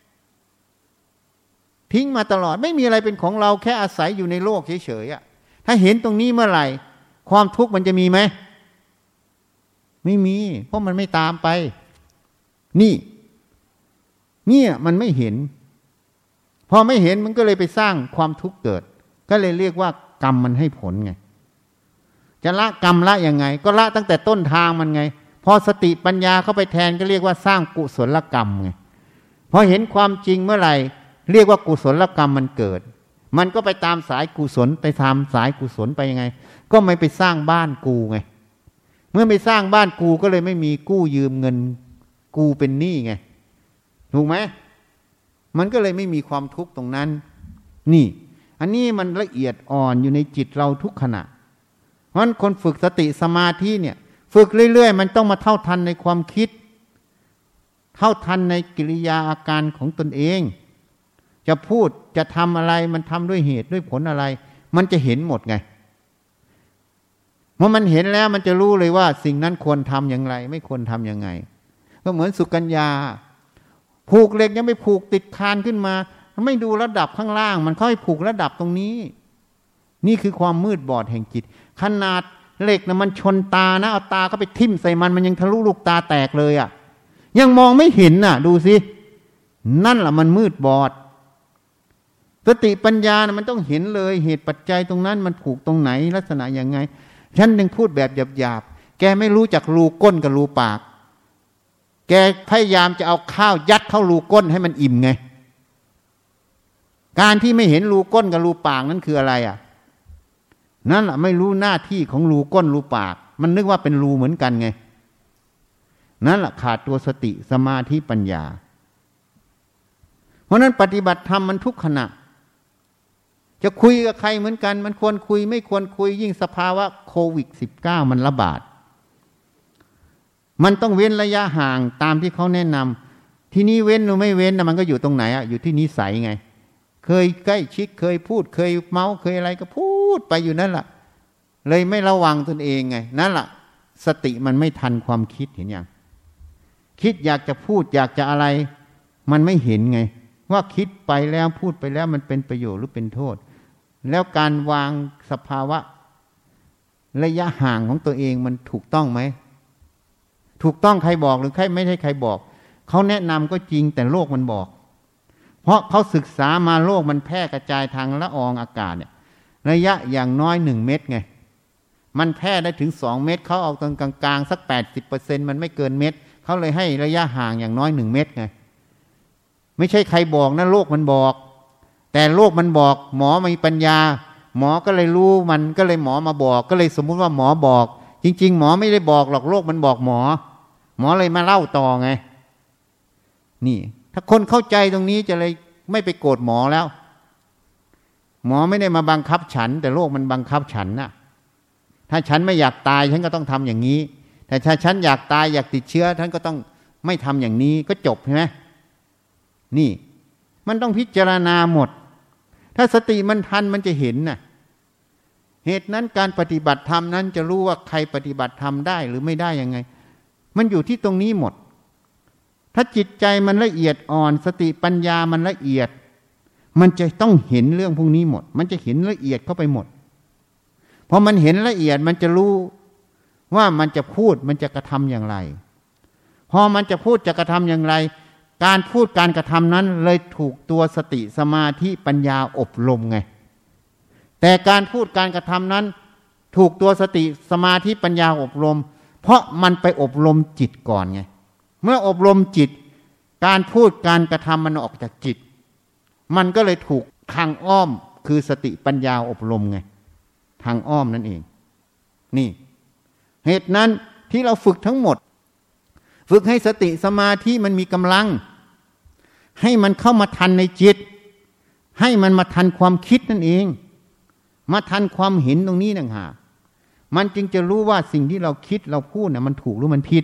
ทิ้งมาตลอดไม่มีอะไรเป็นของเราแค่อาศัยอยู่ในโลกเฉยๆอ่ะถ้าเห็นตรงนี้เมื่อไหร่ความทุกข์มันจะมีไหมไม่มีเพราะมันไม่ตามไปนี่เนี่ยมันไม่เห็นพอไม่เห็นมันก็เลยไปสร้างความทุกข์เกิดก็เลยเรียกว่ากรรมมันให้ผลไงจะละกรรมละยังไงก็ละตั้งแต่ต้นทางมันไงพอสติปัญญาเข้าไปแทนก็เรียกว่าสร้างกุศลกรรมไงพอเห็นความจริงเมื่อไหร่เรียกว่ากุศลกรรมมันเกิดมันก็ไปตามสายกุศลไปตามสายกุศลไปยังไงก็ไม่ไปสร้างบ้านกูไงเมื่อไม่สร้างบ้านกูก็เลยไม่มีกู้ยืมเงินกูเป็นหนี้ไงถูกไหมมันก็เลยไม่มีความทุกข์ตรงนั้นนี่อันนี้มันละเอียดอ่อนอยู่ในจิตเราทุกขณะเพราะฉะนั้นคนฝึกสติสมาธิเนี่ยฝึกเรื่อยๆมันต้องมาเท่าทันในความคิดเท่าทันในกิริยาอาการของตนเองจะพูดจะทำอะไรมันทำด้วยเหตุด้วยผลอะไรมันจะเห็นหมดไงเมื่อมันเห็นแล้วมันจะรู้เลยว่าสิ่งนั้นควรทำอย่างไรไม่ควรทำยังไงก็เหมือนสุกัญญาผูกเหล็กยังไม่ผูกติดคานขึ้นมาไม่ดูระดับข้างล่างมันค่อยผูกระดับตรงนี้นี่คือความมืดบอดแห่งจิตขนาดเหล็กนะมันชนตานะเอาตาก็ไปทิ่มใส่มันมันยังทะลุลูกตาแตกเลยอ่ะยังมองไม่เห็นน่ะดูสินั่นแหละมันมืดบอดสติปัญญานะมันต้องเห็นเลยเหตุปัจจัยตรงนั้นมันผูกตรงไหนลักษณะยังไงฉันยังพูดแบบหยาบๆแกไม่รู้จักรูก้นกับรูปากแกพยายามจะเอาข้าวยัดเข้ารูก้นให้มันอิ่มไงการที่ไม่เห็นรูก้นกับรูปากนั้นคืออะไรอ่ะนั่นแหละไม่รู้หน้าที่ของรูก้นรูปากมันนึกว่าเป็นรูเหมือนกันไงนั่นแหละขาดตัวสติสมาธิปัญญาเพราะนั้นปฏิบัติธรรมมันทุกขณะจะคุยกับใครเหมือนกันมันควรคุยไม่ควรคุยยิ่งสภาวะโควิด สิบเก้า มันระบาดมันต้องเว้นระยะห่างตามที่เขาแนะนำที่นี้เว้นหรือไม่เว้นนะมันก็อยู่ตรงไหนอ่ะอยู่ที่นิสัยไงเคยใกล้ชิดเคยพูดเคยเมาเคยอะไรก็พูดไปอยู่นั่นแหละเลยไม่ระวังตนเองไงนั่นแหละสติมันไม่ทันความคิดเห็นยังคิดอยากจะพูดอยากจะอะไรมันไม่เห็นไงว่าคิดไปแล้วพูดไปแล้วมันเป็นประโยชน์หรือเป็นโทษแล้วการวางสภาวะระยะห่างของตัวเองมันถูกต้องไหมถูกต้องใครบอกหรือใครไม่ใช่ใครบอกเขาแนะนำก็จริงแต่โลกมันบอกเพราะเขาศึกษามาโลกมันแพร่กระจายทางละอองอากาศเนี่ยระยะอย่างน้อยหนึ่งเมตรไงมันแพร่ได้ถึงสองเมตรเขาเอาตรงกลางๆสักแปดสิบเปอร์เซ็นต์มันไม่เกินเมตรเขาเลยให้ระยะห่างอย่างน้อยหนึ่งเมตรไงไม่ใช่ใครบอกนะโลกมันบอกแต่โลกมันบอกหมอมีปัญญาหมอก็เลยรู้มันก็เลยหมอมาบอกก็เลยสมมุติว่าหมอบอกจริงๆหมอไม่ได้บอกหรอกโลกมันบอกหมอหมอเลยมาเล่าต่อไงนี่ถ้าคนเข้าใจตรงนี้จะเลยไม่ไปโกรธหมอแล้วหมอไม่ได้มาบังคับฉันแต่โลกมันบังคับฉันน่ะถ้าฉันไม่อยากตายฉันก็ต้องทำอย่างนี้แต่ถ้าฉันอยากตายอยากติดเชื้อฉันก็ต้องไม่ทำอย่างนี้ก็จบใช่ไหมนี่มันต้องพิจารณาหมดถ้าสติมันทันมันจะเห็นน่ะเหตุนั้นการปฏิบัติธรรมนั้นจะรู้ว่าใครปฏิบัติธรรมได้หรือไม่ได้ยังไงมันอยู่ที่ตรงนี้หมดถ้าจิตใจมันละเอียดอ่อนสติปัญญามันละเอียดมันจะต้องเห็นเรื่องพวกนี้หมดมันจะเห็นละเอียดเข้าไปหมดพอมันเห็นละเอียดมันจะรู้ว่ามันจะพูดมันจะกระทำอย่างไรพอมันจะพูดจะกระทำอย่างไรการพูดการกระทำนั้นเลยถูกตัวสติสมาธิปัญญาอบรมไงแต่การพูดการกระทำนั้นถูกตัวสติสมาธิปัญญาอบรมเพราะมันไปอบรมจิตก่อนไงเมื่ออบรมจิตการพูดการกระทำมันออกจากจิตมันก็เลยถูกทางอ้อมคือสติปัญญาอบรมไงทางอ้อมนั่นเองนี่เหตุนั้นที่เราฝึกทั้งหมดฝึกให้สติสมาธิมันมีกำลังให้มันเข้ามาทันในจิตให้มันมาทันความคิดนั่นเองมาทันความเห็นตรงนี้ต่างหากมันจึงจะรู้ว่าสิ่งที่เราคิดเราพูดเนี่ยมันถูกหรือมันผิด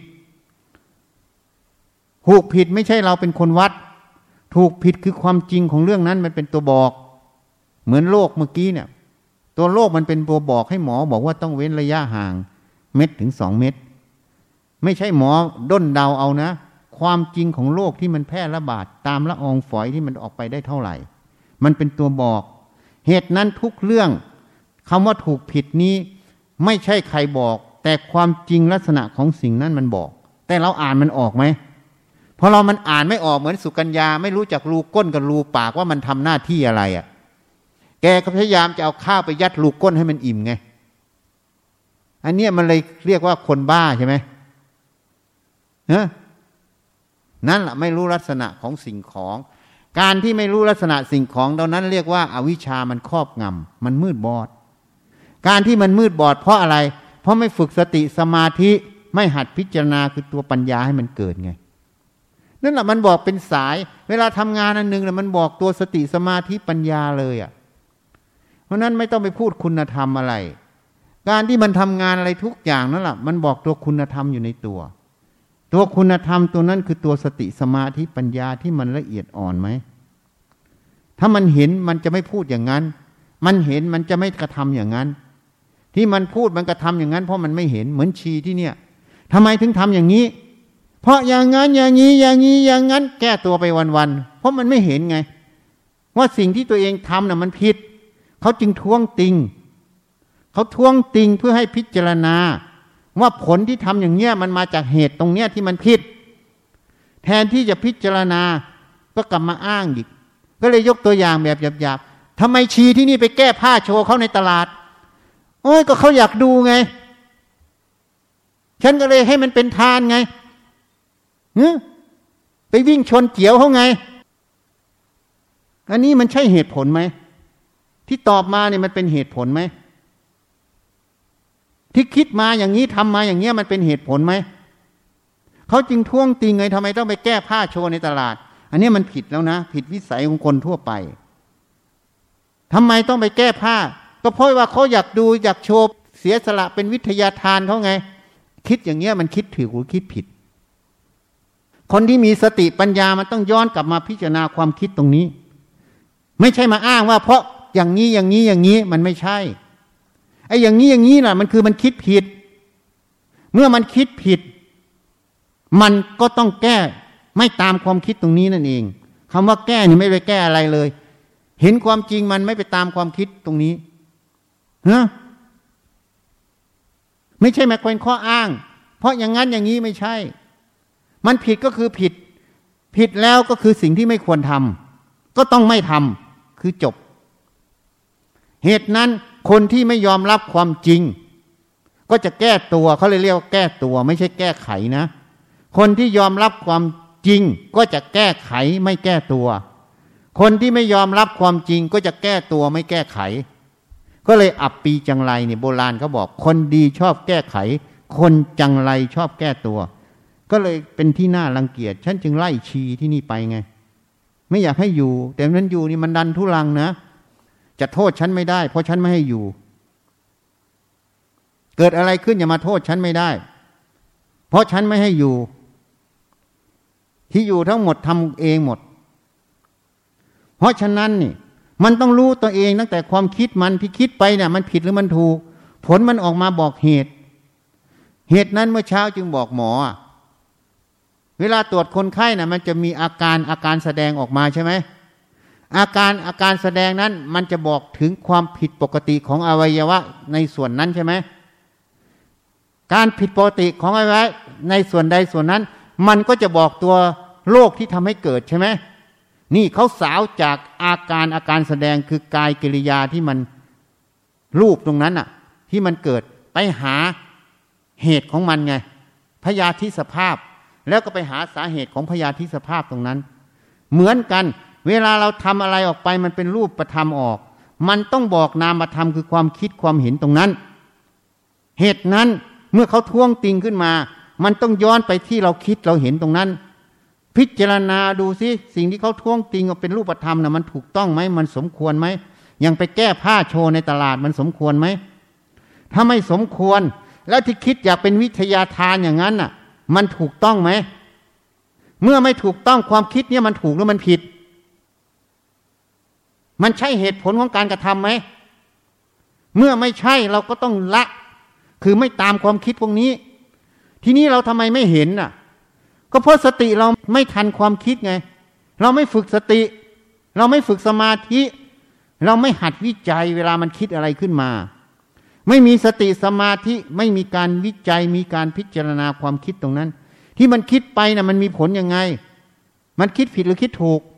ถูกผิดไม่ใช่เราเป็นคนวัดถูกผิดคือความจริงของเรื่องนั้นมันเป็นตัวบอกเหมือนโลกเมื่อกี้เนี่ยตัวโรคมันเป็นตัวบอกให้หมอบอกว่าต้องเว้นระยะห่างเม็ดถึงสองเม็ดไม่ใช่หมอด้นเดาเอานะความจริงของโรคที่มันแพร่ระบาดตามละอองฝอยที่มันออกไปได้เท่าไหร่มันเป็นตัวบอกเหตุนั้นทุกเรื่องคำว่าถูกผิดนี้ไม่ใช่ใครบอกแต่ความจริงลักษณะของสิ่งนั้นมันบอกแต่เราอ่านมันออกไหมพอเรามันอ่านไม่ออกเหมือนสุกัญญาไม่รู้จักรูก้นกับรูปากว่ามันทำหน้าที่อะไรอ่ะแกก็พยายามจะเอาข้าวไปยัดรูก้นให้มันอิ่มไงอันเนี้ยมันเลยเรียกว่าคนบ้าใช่ไหมเนอะนั่นแหละไม่รู้ลักษณะของสิ่งของการที่ไม่รู้ลักษณะสิ่งของดังนั้นเรียกว่าอวิชชามันครอบงำมันมืดบอดการที่มันมืดบอดเพราะอะไรเพราะไม่ฝึกสติสมาธิไม่หัดพิจารณาคือตัวปัญญาให้มันเกิดไงนั่นแหละมันบอกเป็นสายเวลาทำงานอันหนึ่งเนี่ยมันบอกตัวสติสมาธิปัญญาเลยอ่ะเพราะนั้นไม่ต้องไปพูดคุณธรรมอะไรการที่มันทำงานอะไรทุกอย่างนั่นแหละมันบอกตัวคุณธรรมอยู่ในตัวตัวคุณธรรมตัวนั้นคือตัวสติสมาธิปัญญาที่มันละเอียดอ่อนไหมถ้ามันเห็นมันจะไม่พูดอย่างนั้นมันเห็นมันจะไม่กระทำอย่างนั้นที่มันพูดมันกระทำอย่างนั้นเพราะมันไม่เห็นเหมือนชีที่เนี่ยทำไมถึงทำอย่างนี้เพราะอย่างนั้นอย่างนี้อย่างนี้อย่างนั้นแก้ตัวไปวันๆเพราะมันไม่เห็นไงว่าสิ่งที่ตัวเองทำน่ะมันผิดเขาจึงท้วงติงเขาท้วงติงเพื่อให้พิจารณาว่าผลที่ทำอย่างเนี้ยมันมาจากเหตุตรงเนี้ยที่มันผิดแทนที่จะพิจารณาก็กลับมาอ้างอีกก็เลยยกตัวอย่างแบบหยาบๆทำไมชีที่นี่ไปแก้ผ้าโชว์เขาในตลาดโอ้ยก็เขาอยากดูไงฉันก็เลยให้มันเป็นทานไงไปวิ่งชนเกี่ยวเขาไงอันนี้มันใช่เหตุผลไหมที่ตอบมาเนี่ยมันเป็นเหตุผลไหมที่คิดมาอย่างนี้ทำมาอย่างเงี้ยมันเป็นเหตุผลไหมเขาจึงท้วงติงไงทำไมต้องไปแก้ผ้าโชว์ในตลาดอันนี้มันผิดแล้วนะผิดวิสัยของคนทั่วไปทำไมต้องไปแก้ผ้าก็เพราะว่าเขาอยากดูอยากโชว์เสียสละเป็นวิทยาทานเขาไงคิดอย่างเงี้ยมันคิดถูกหรือคิดผิดคนที่มีสติปัญญามันต้องย้อนกลับมาพิจารณาความคิดตรงนี้ไม่ใช่มาอ้างว่าเพราะอย่างนี้อย่างนี้อย่างนี้มันไม่ใช่ไอ้อย่างนี้อย่างนี้น่ะมันคือมันคิดผิดเมื่อมันคิดผิดมันก็ต้องแก้ไม่ตามความคิดตรงนี้นั่นเองคำว่าแก้นี่ไม่ไปแก้อะไรเลยเห็นความจริงมันไม่ไปตามความคิดตรงนี้ฮะไม่ใช่มาเป็นข้ออ้างเพราะอย่างนั้นอย่างนี้ไม่ใช่มันผิดก็คือผิดผิดแล้วก็คือสิ่งที่ไม่ควรทำก็ต้องไม่ทำคือจบเหตุนั้นคนที่ไม่ยอมรับความจริงก็จะแก้ตัวเขาเลยเรียกว่าแก้ตัวไม่ใช่แก้ไขนะคนที่ยอมรับความจริงก็จะแก้ไขไม่แก้ตัวคนที่ไม่ยอมรับความจริงก็จะแก้ตัวไม่แก้ไขก็เลยอับปีจังไรเนี่ยโบราณเขาบอกคนดีชอบแก้ไขคนจังไรชอบแก้ตัวก็เลยเป็นที่น่ารังเกียจฉันจึงไล่ชีที่นี่ไปไงไม่อยากให้อยู่แต่นั้นอยู่นี่มันดันทุรังนะจะโทษฉันไม่ได้เพราะฉันไม่ให้อยู่เกิดอะไรขึ้นอย่ามาโทษฉันไม่ได้เพราะฉันไม่ให้อยู่ที่อยู่ทั้งหมดทำเองหมดเพราะฉะนั้นนี่มันต้องรู้ตัวเองตั้งแต่ความคิดมันที่คิดไปเนี่ยมันผิดหรือมันถูกผลมันออกมาบอกเหตุเหตุนั้นเมื่อเช้าจึงบอกหมอเวลาตรวจคนไข้น่ะมันจะมีอาการอาการแสดงออกมาใช่ไหมอาการอาการแสดงนั้นมันจะบอกถึงความผิดปกติของอวัยวะในส่วนนั้นใช่ไหมการผิดปกติของอวัยวะในส่วนใดส่วนนั้นมันก็จะบอกตัวโรคที่ทำให้เกิดใช่ไหมนี่เขาสาวจากอาการอาการแสดงคือกายกิริยาที่มันรูปตรงนั้นอ่ะที่มันเกิดไปหาเหตุของมันไงพยาธิสภาพแล้วก็ไปหาสาเหตุของพยาธิสภาพตรงนั้นเหมือนกันเวลาเราทำอะไรออกไปมันเป็นรูปประธรรมออกมันต้องบอกนามธรรมคือความคิดความเห็นตรงนั้นเหตุนั้นเมื่อเขาท้วงติงขึ้นมามันต้องย้อนไปที่เราคิดเราเห็นตรงนั้นพิจารณาดูซิสิ่งที่เขาท้วงติงว่าเป็นรูปธรรมน่ะมันถูกต้องไหมมันสมควรไหมยังไปแก้ผ้าโชว์ในตลาดมันสมควรไหมถ้าไม่สมควรแล้วที่คิดอยากเป็นวิทยาทานอย่างนั้นน่ะมันถูกต้องไหมเมื่อไม่ถูกต้องความคิดเนี่ยมันถูกหรือมันผิดมันใช่เหตุผลของการกระทำไหมเมื่อไม่ใช่เราก็ต้องละคือไม่ตามความคิดพวกนี้ทีนี้เราทำไมไม่เห็นน่ะก็เพราะสติเราไม่ทันความคิดไงเราไม่ฝึกสติเราไม่ฝึกสมาธิเราไม่หัดวิจัยเวลามันคิดอะไรขึ้นมาไม่มีสติสมาธิไม่มีการวิจัยมีการพิจารณาความคิดตรงนั้นที่มันคิดไปน่ะมันมีผลยังไงมันคิดผิดหรือคิดถูก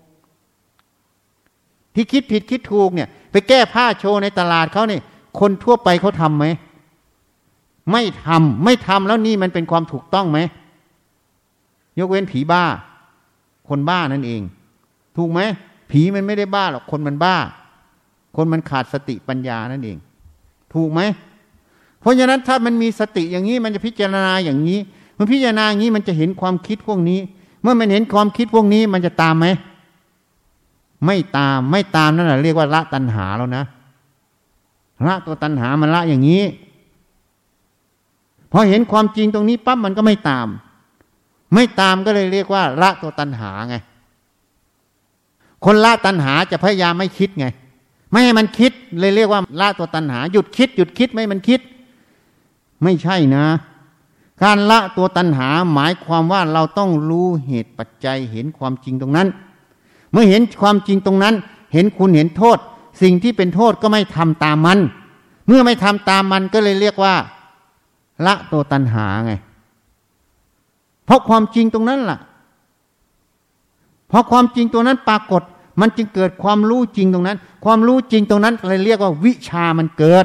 ที่คิดผิดคิดถูกเนี่ยไปแก้ผ้าโชว์ในตลาดเขาเนี่ยคนทั่วไปเขาทำไหมไม่ทำไม่ทำแล้วนี่มันเป็นความถูกต้องไหมยกเว้นผีบ้าคนบ้านั่นเองถูกไหมผีมันไม่ได้บ้าหรอกคนมันบ้าคนมันขาดสติปัญญานั่นเองถูกไหมเพราะฉะนั้นถ้ามันมีสติอย่างนี้มันจะพิจารณาอย่างนี้มันพิจารณาอย่างนี้มันจะเห็นความคิดพวกนี้เมื่อมันเห็นความคิดพวกนี้มันจะตามไหมไม่ตามไม่ตามนั่นแหละเรียกว่าละตัณหาแล้วนะละตัวตัณหามันละอย่างนี้พอเห็นความจริงตรงนี้ปั๊บมันก็ไม่ตามไม่ตามก็เลยเรียกว่าละตัวตัณหาไงคนละตัณหาจะพยายามไม่คิดไงไม่ให้มันคิดเลยเรียกว่าละตัวตัณหาหยุดคิดหยุดคิดไม่ให้มันคิดไม่ใช่นะการละตัวตัณหาหมายความว่าเราต้องรู้เหตุปัจจัยเห็นความจริงตรงนั้นเมื่อเห็นความจริงตรงนั้นเห็นคุณเห็นโทษสิ่งที่เป็นโทษก็ไม่ทำตามมันเมื่อไม่ทำตามมันก็เลยเรียกว่าละตัวตัณหาไงเพราะความจริงตรงนั้นล่ะเพราะความจริงตรงนั้นปรากฏมันจึงเกิดความรู้จริงตรงนั้นความรู้จริงตรงนั้นเลยเรียกว่าวิชามันเกิด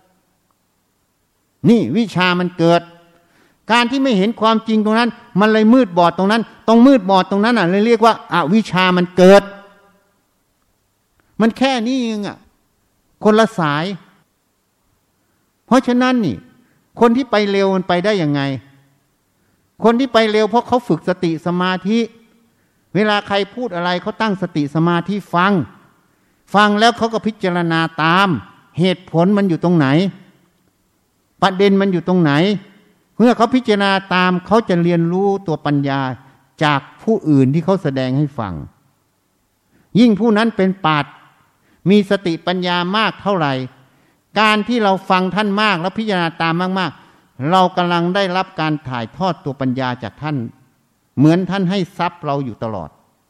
นี่วิชามันเกิดการที่ไม่เห็นความจริงตรงนั้นมันเลยมืดบอดตรงนั้นตรงมืดบอดตรงนั้นอ่ะเลยเรียกว่าอวิชามันเกิดมันแค่นี้เองอ่ะคนละสายเพราะฉะนั้นนี่คนที่ไปเร็วมันไปได้ยังไงคนที่ไปเร็วเพราะเขาฝึกสติสมาธิเวลาใครพูดอะไรเขาตั้งสติสมาธิฟังฟังแล้วเขาก็พิจารณาตามเหตุผลมันอยู่ตรงไหนประเด็นมันอยู่ตรงไหนเมื่อเขาพิจารณาตามเขาจะเรียนรู้ตัวปัญญาจากผู้อื่นที่เขาแสดงให้ฟังยิ่งผู้นั้นเป็นปราชญ์มีสติปัญญามากเท่าไหร่การที่เราฟังท่านมากแล้วพิจารณาตามมากๆเรากำลังได้รับการถ่ายทอดตัวปัญญาจากท่านเหมือนท่านให้ทรัพย์เราอยู่ตลอด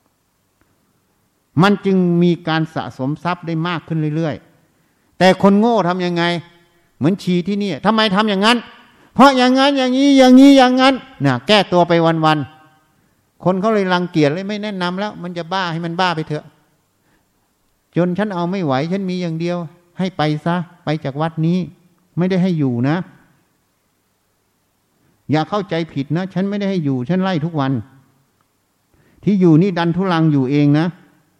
มันจึงมีการสะสมทรัพย์ได้มากขึ้นเรื่อยๆแต่คนโง่ทำยังไงเหมือนชีที่นี่ทำไมทำอย่างนั้นเพราะอย่างนั้นอย่างนี้อย่างนี้อย่างนั้นน่ะแก้ตัวไปวันๆคนเขาเลยรังเกียจเลยไม่แนะนำแล้วมันจะบ้าให้มันบ้าไปเถอะจนฉันเอาไม่ไหวฉันมีอย่างเดียวให้ไปซะไปจากวัดนี้ไม่ได้ให้อยู่นะอย่าเข้าใจผิดนะฉันไม่ได้ให้อยู่ฉันไล่ทุกวันที่อยู่นี่ดันทุลังอยู่เองนะ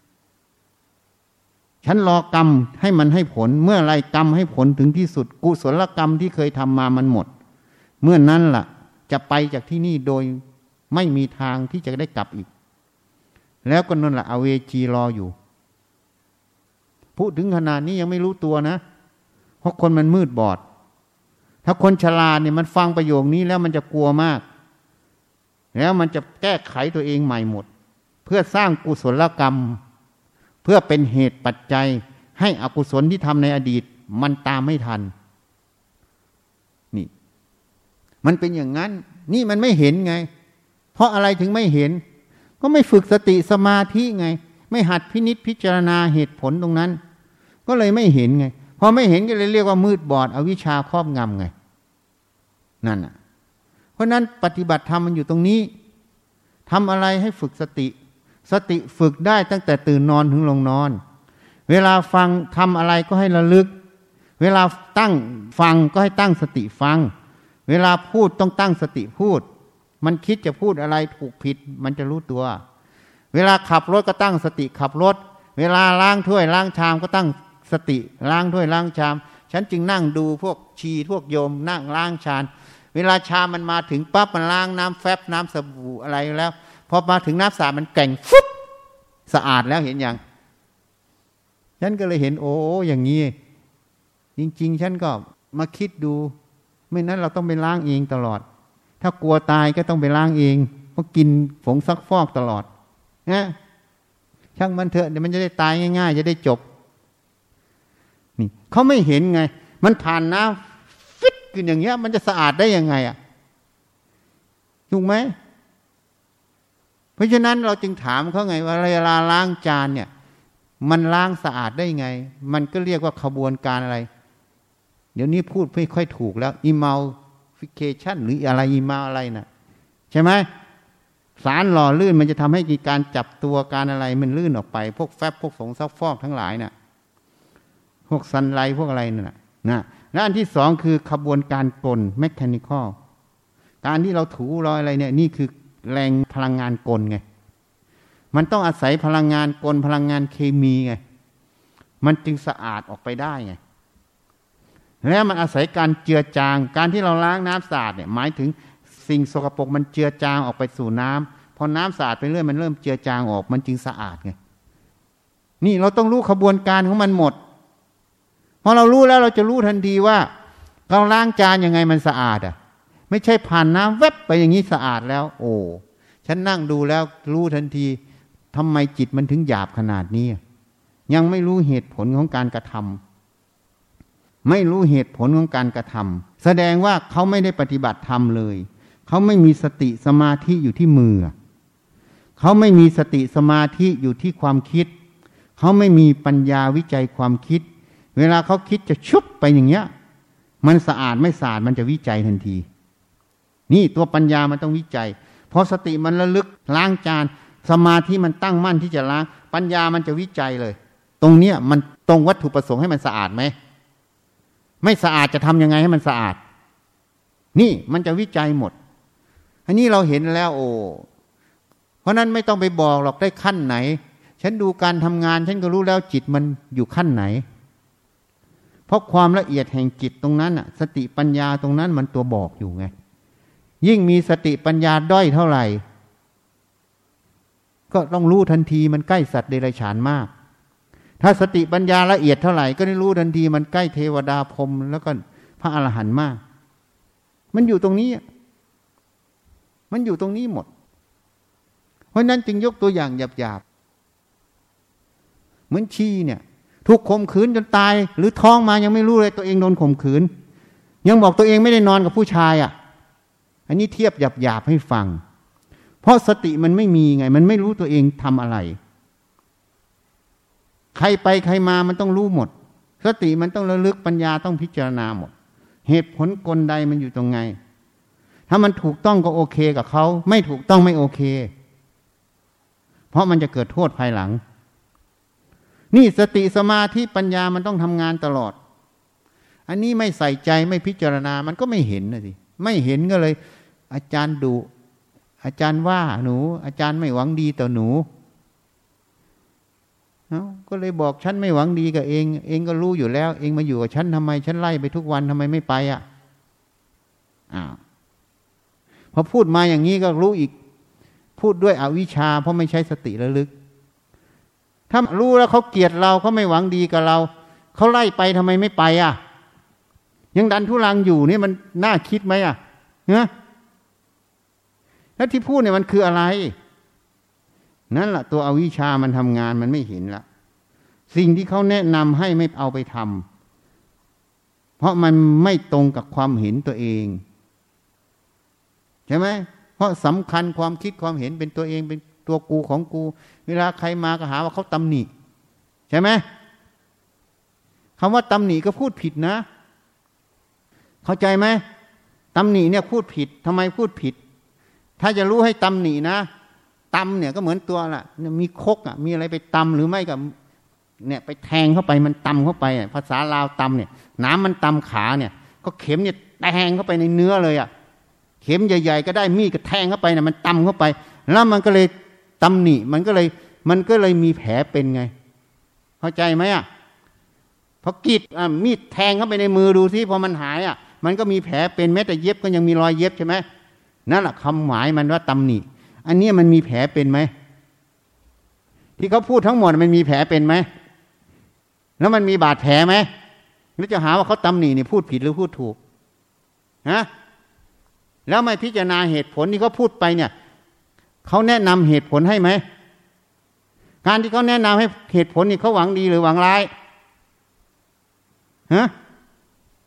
ฉันรอกรรมให้มันให้ผลเมื่อไรกรรมให้ผลถึงที่สุดกุศลกรรมที่เคยทำมามันหมดเมื่อนั้นล่ะจะไปจากที่นี่โดยไม่มีทางที่จะได้กลับอีกแล้วก็นั่นแหละอเวจีรออยู่พูดถึงขนาดนี้ยังไม่รู้ตัวนะเพราะคนมันมืดบอดถ้าคนฉลาดเนี่ยมันฟังประโยคนี้แล้วมันจะกลัวมากแล้วมันจะแก้ไขตัวเองใหม่หมดเพื่อสร้างกุศลกรรมเพื่อเป็นเหตุปัจจัยให้อกุศลที่ทำในอดีตมันตามไม่ทันนี่มันเป็นอย่างนั้นนี่มันไม่เห็นไงเพราะอะไรถึงไม่เห็นก็ไม่ฝึกสติสมาธิไงไม่หัดพินิจพิจารณาเหตุผลตรงนั้นก็เลยไม่เห็นไงพอไม่เห็นก็เลยเรียกว่ามืดบอดอวิชชาครอบงำไงนั่นน่ะเพราะนั้นปฏิบัติธรรมมันอยู่ตรงนี้ทำอะไรให้ฝึกสติสติฝึกได้ตั้งแต่ตื่นนอนถึงลงนอนเวลาฟังทำอะไรก็ให้ระลึกเวลาตั้งฟังก็ให้ตั้งสติฟังเวลาพูดต้องตั้งสติพูดมันคิดจะพูดอะไรถูกผิดมันจะรู้ตัวเวลาขับรถก็ตั้งสติขับรถเวลาล้างถ้วยล้างชามก็ตั้งสติล้างถ้วยล้างชามฉันจึงนั่งดูพวกชีพวกโยมนั่งล้างชามเวลาชามมันมาถึงปั๊บมันล้างน้ำแฟบน้ำสบู่อะไรแล้วพอมาถึงน้ำสะอาดมันแก่งฟุ๊บสะอาดแล้วเห็นอย่างฉันก็เลยเห็นโอ้อย่างนี้จริงๆฉันก็มาคิดดูไม่นั้นเราต้องไปล้างเองตลอดถ้ากลัวตายก็ต้องไปล้างเองเพราะกินผงซักฟอกตลอดนะช่างมันเถอะเดี๋ยวมันจะได้ตายง่ายๆจะได้จบนี่เขาไม่เห็นไงมันผ่านน้ำฟิตขึ้นอย่างเงี้ยมันจะสะอาดได้ยังไงอ่ะถูกไหมเพราะฉะนั้นเราจึงถามเขาไงว่าเวลาล้างจานเนี่ยมันล้างสะอาดได้ไงมันก็เรียกว่าขบวนการอะไรเดี๋ยวนี้พูดไม่ค่อยถูกแล้ว emulsification หรืออะไรอีมาอะไรน่ะใช่ไหมสารหล่อลื่นมันจะทำให้มีการจับตัวการอะไรมันลื่นออกไปพวกแฟบพวกสงซักฟอกทั้งหลายน่ะพวกซันไลท์พวกอะไรน่ะนะและอันที่สองคือขบวนการกล mechanical การที่เราถูเราอะไรเนี่ยนี่คือแรงพลังงานกลไงมันต้องอาศัยพลังงานกลพลังงานเคมีไงมันจึงสะอาดออกไปได้ไงแล้วมันอาศัยการเจือจางการที่เราล้างน้ำสะอาดเนี่ยหมายถึงสิ่งสกปรกมันเจือจางออกไปสู่น้ำพอน้ำสะอาดไปเรื่อยมันเริ่มเจือจางออกมันจึงสะอาดไงนี่เราต้องรู้ขบวนการของมันหมดพอเรารู้แล้วเราจะรู้ทันทีว่าเราล้างจานยังไงมันสะอาดอ่ะไม่ใช่ผ่านน้ำแวบไปอย่างนี้สะอาดแล้วโอ้ฉันนั่งดูแล้วรู้ทันทีทำไมจิตมันถึงหยาบขนาดนี้ยังไม่รู้เหตุผลของการกระทำไม่รู้เหตุผลของการกระทำแสดงว่าเขาไม่ได้ปฏิบัติธรรมเลยเขาไม่มีสติสมาธิอยู่ที่มือเขาไม่มีสติสมาธิอยู่ที่ความคิดเขาไม่มีปัญญาวิจัยความคิดเวลาเขาคิดจะชุบไปอย่างเงี้ยมันสะอาดไม่สะอาดมันจะวิจัยทันทีนี่ตัวปัญญามันต้องวิจัยพอสติมันระลึกล้างจานสมาธิมันตั้งมั่นที่จะล้างปัญญามันจะวิจัยเลยตรงเนี้ยมันตรงวัตถุประสงค์ให้มันสะอาดไหมไม่สะอาดจะทำยังไงให้มันสะอาดนี่มันจะวิจัยหมดอันนี้เราเห็นแล้วโอ้เพราะนั้นไม่ต้องไปบอกหรอกได้ขั้นไหนฉันดูการทำงานฉันก็รู้แล้วจิตมันอยู่ขั้นไหนเพราะความละเอียดแห่งจิตตรงนั้นน่ะสติปัญญาตรงนั้นมันตัวบอกอยู่ไงยิ่งมีสติปัญญาด้อยเท่าไหร่ก็ต้องรู้ทันทีมันใกล้สัตว์เดรัจฉานมากถ้าสติปัญญาละเอียดเท่าไหร่ก็ได้รู้ทันทีมันใกล้เทวดาพรหมแล้วก็พระอรหันต์มากมันอยู่ตรงนี้มันอยู่ตรงนี้หมดเพราะนั้นจึงยกตัวอย่างหยาบๆเหมือนชีเนี่ยถูกข่มขืนจนตายหรือท้องมายังไม่รู้เลยตัวเองโดนข่มขืนยังบอกตัวเองไม่ได้นอนกับผู้ชายอ่ะอันนี้เทียบหยาบๆให้ฟังเพราะสติมันไม่มีไงมันไม่รู้ตัวเองทำอะไรใครไปใครมามันต้องรู้หมดสติมันต้องระลึกปัญญาต้องพิจารณาหมดเหตุผลกลใดมันอยู่ตรงไงถ้ามันถูกต้องก็โอเคกับเขาไม่ถูกต้องไม่โอเคเพราะมันจะเกิดโทษภายหลังนี่สติสมาธิปัญญามันต้องทำงานตลอดอันนี้ไม่ใส่ใจไม่พิจารณามันก็ไม่เห็นนะสิไม่เห็นก็เลยอาจารย์ดุอาจารย์ว่าหนูอาจารย์ไม่หวังดีต่อหนูเอ้าก็เลยบอกฉันไม่หวังดีกับเองเองก็รู้อยู่แล้วเองมาอยู่กับฉันทำไมฉันไล่ไปทุกวันทำไมไม่ไปอ่ะอ้าวพอพูดมาอย่างนี้ก็รู้อีกพูดด้วยอวิชชาเพราะไม่ใช้สติระลึกถ้ารู้แล้วเขาเกลียดเราเขาไม่หวังดีกับเราเขาไล่ไปทำไมไม่ไปอ่ะยังดันทุรังอยู่นี่มันน่าคิดไหมอ่ะเนะแล้วที่พูดเนี่ยมันคืออะไรนั่นแหละตัวอวิชชามันทำงานมันไม่เห็นละสิ่งที่เขาแนะนำให้ไม่เอาไปทำเพราะมันไม่ตรงกับความเห็นตัวเองใช่ไหมเพราะสำคัญความคิดความเห็นเป็นตัวเองเป็นตัวกูของกูเวลาใครมาก็หาว่าเขาตำหนิใช่ไหมคำว่าตำหนิก็พูดผิดนะเข้าใจไหมตำหนิเนี่ยพูดผิดทำไมพูดผิดถ้าจะรู้ให้ตำหนินะตำเนี่ยก็เหมือนตัวล่ะมีคกอ่ะมีอะไรไปตำหรือไม่กับเนี่ยไปแทงเข้าไปมันตำเข้าไปภาษาลาวตำเนี่ยน้ำมันตำขาเนี่ยก็เข็มเนี่ยแทงเข้าไปในเนื้อเลยอ่ะเข็มใหญ่ๆก็ได้มีดก็แทงเข้าไปเนี่ยมันตำเข้าไปแล้วมันก็เลยตำหนิมันก็เลยมันก็เลยมีแผลเป็นไงเข้าใจไหมอ่ะพอกรีดมีดแทงเข้าไปในมือดูสิพอมันหายอ่ะมันก็มีแผลเป็นแม้แต่เย็บก็ยังมีรอยเย็บใช่ไหมนั่นแหละคำหมายมันว่าตำหนิอันนี้มันมีแผลเป็นไหมที่เขาพูดทั้งหมดมันมีแผลเป็นไหมแล้วมันมีบาดแผลไหมแล้วจะหาว่าเขาตำหนินี่พูดผิดหรือพูดถูกฮะแล้วไม่พิจารณาเหตุผลที่เขาพูดไปเนี่ยเขาแนะนำเหตุผลให้ไหมการที่เขาแนะนำให้เหตุผลนี่เขาหวังดีหรือหวังร้ายฮะ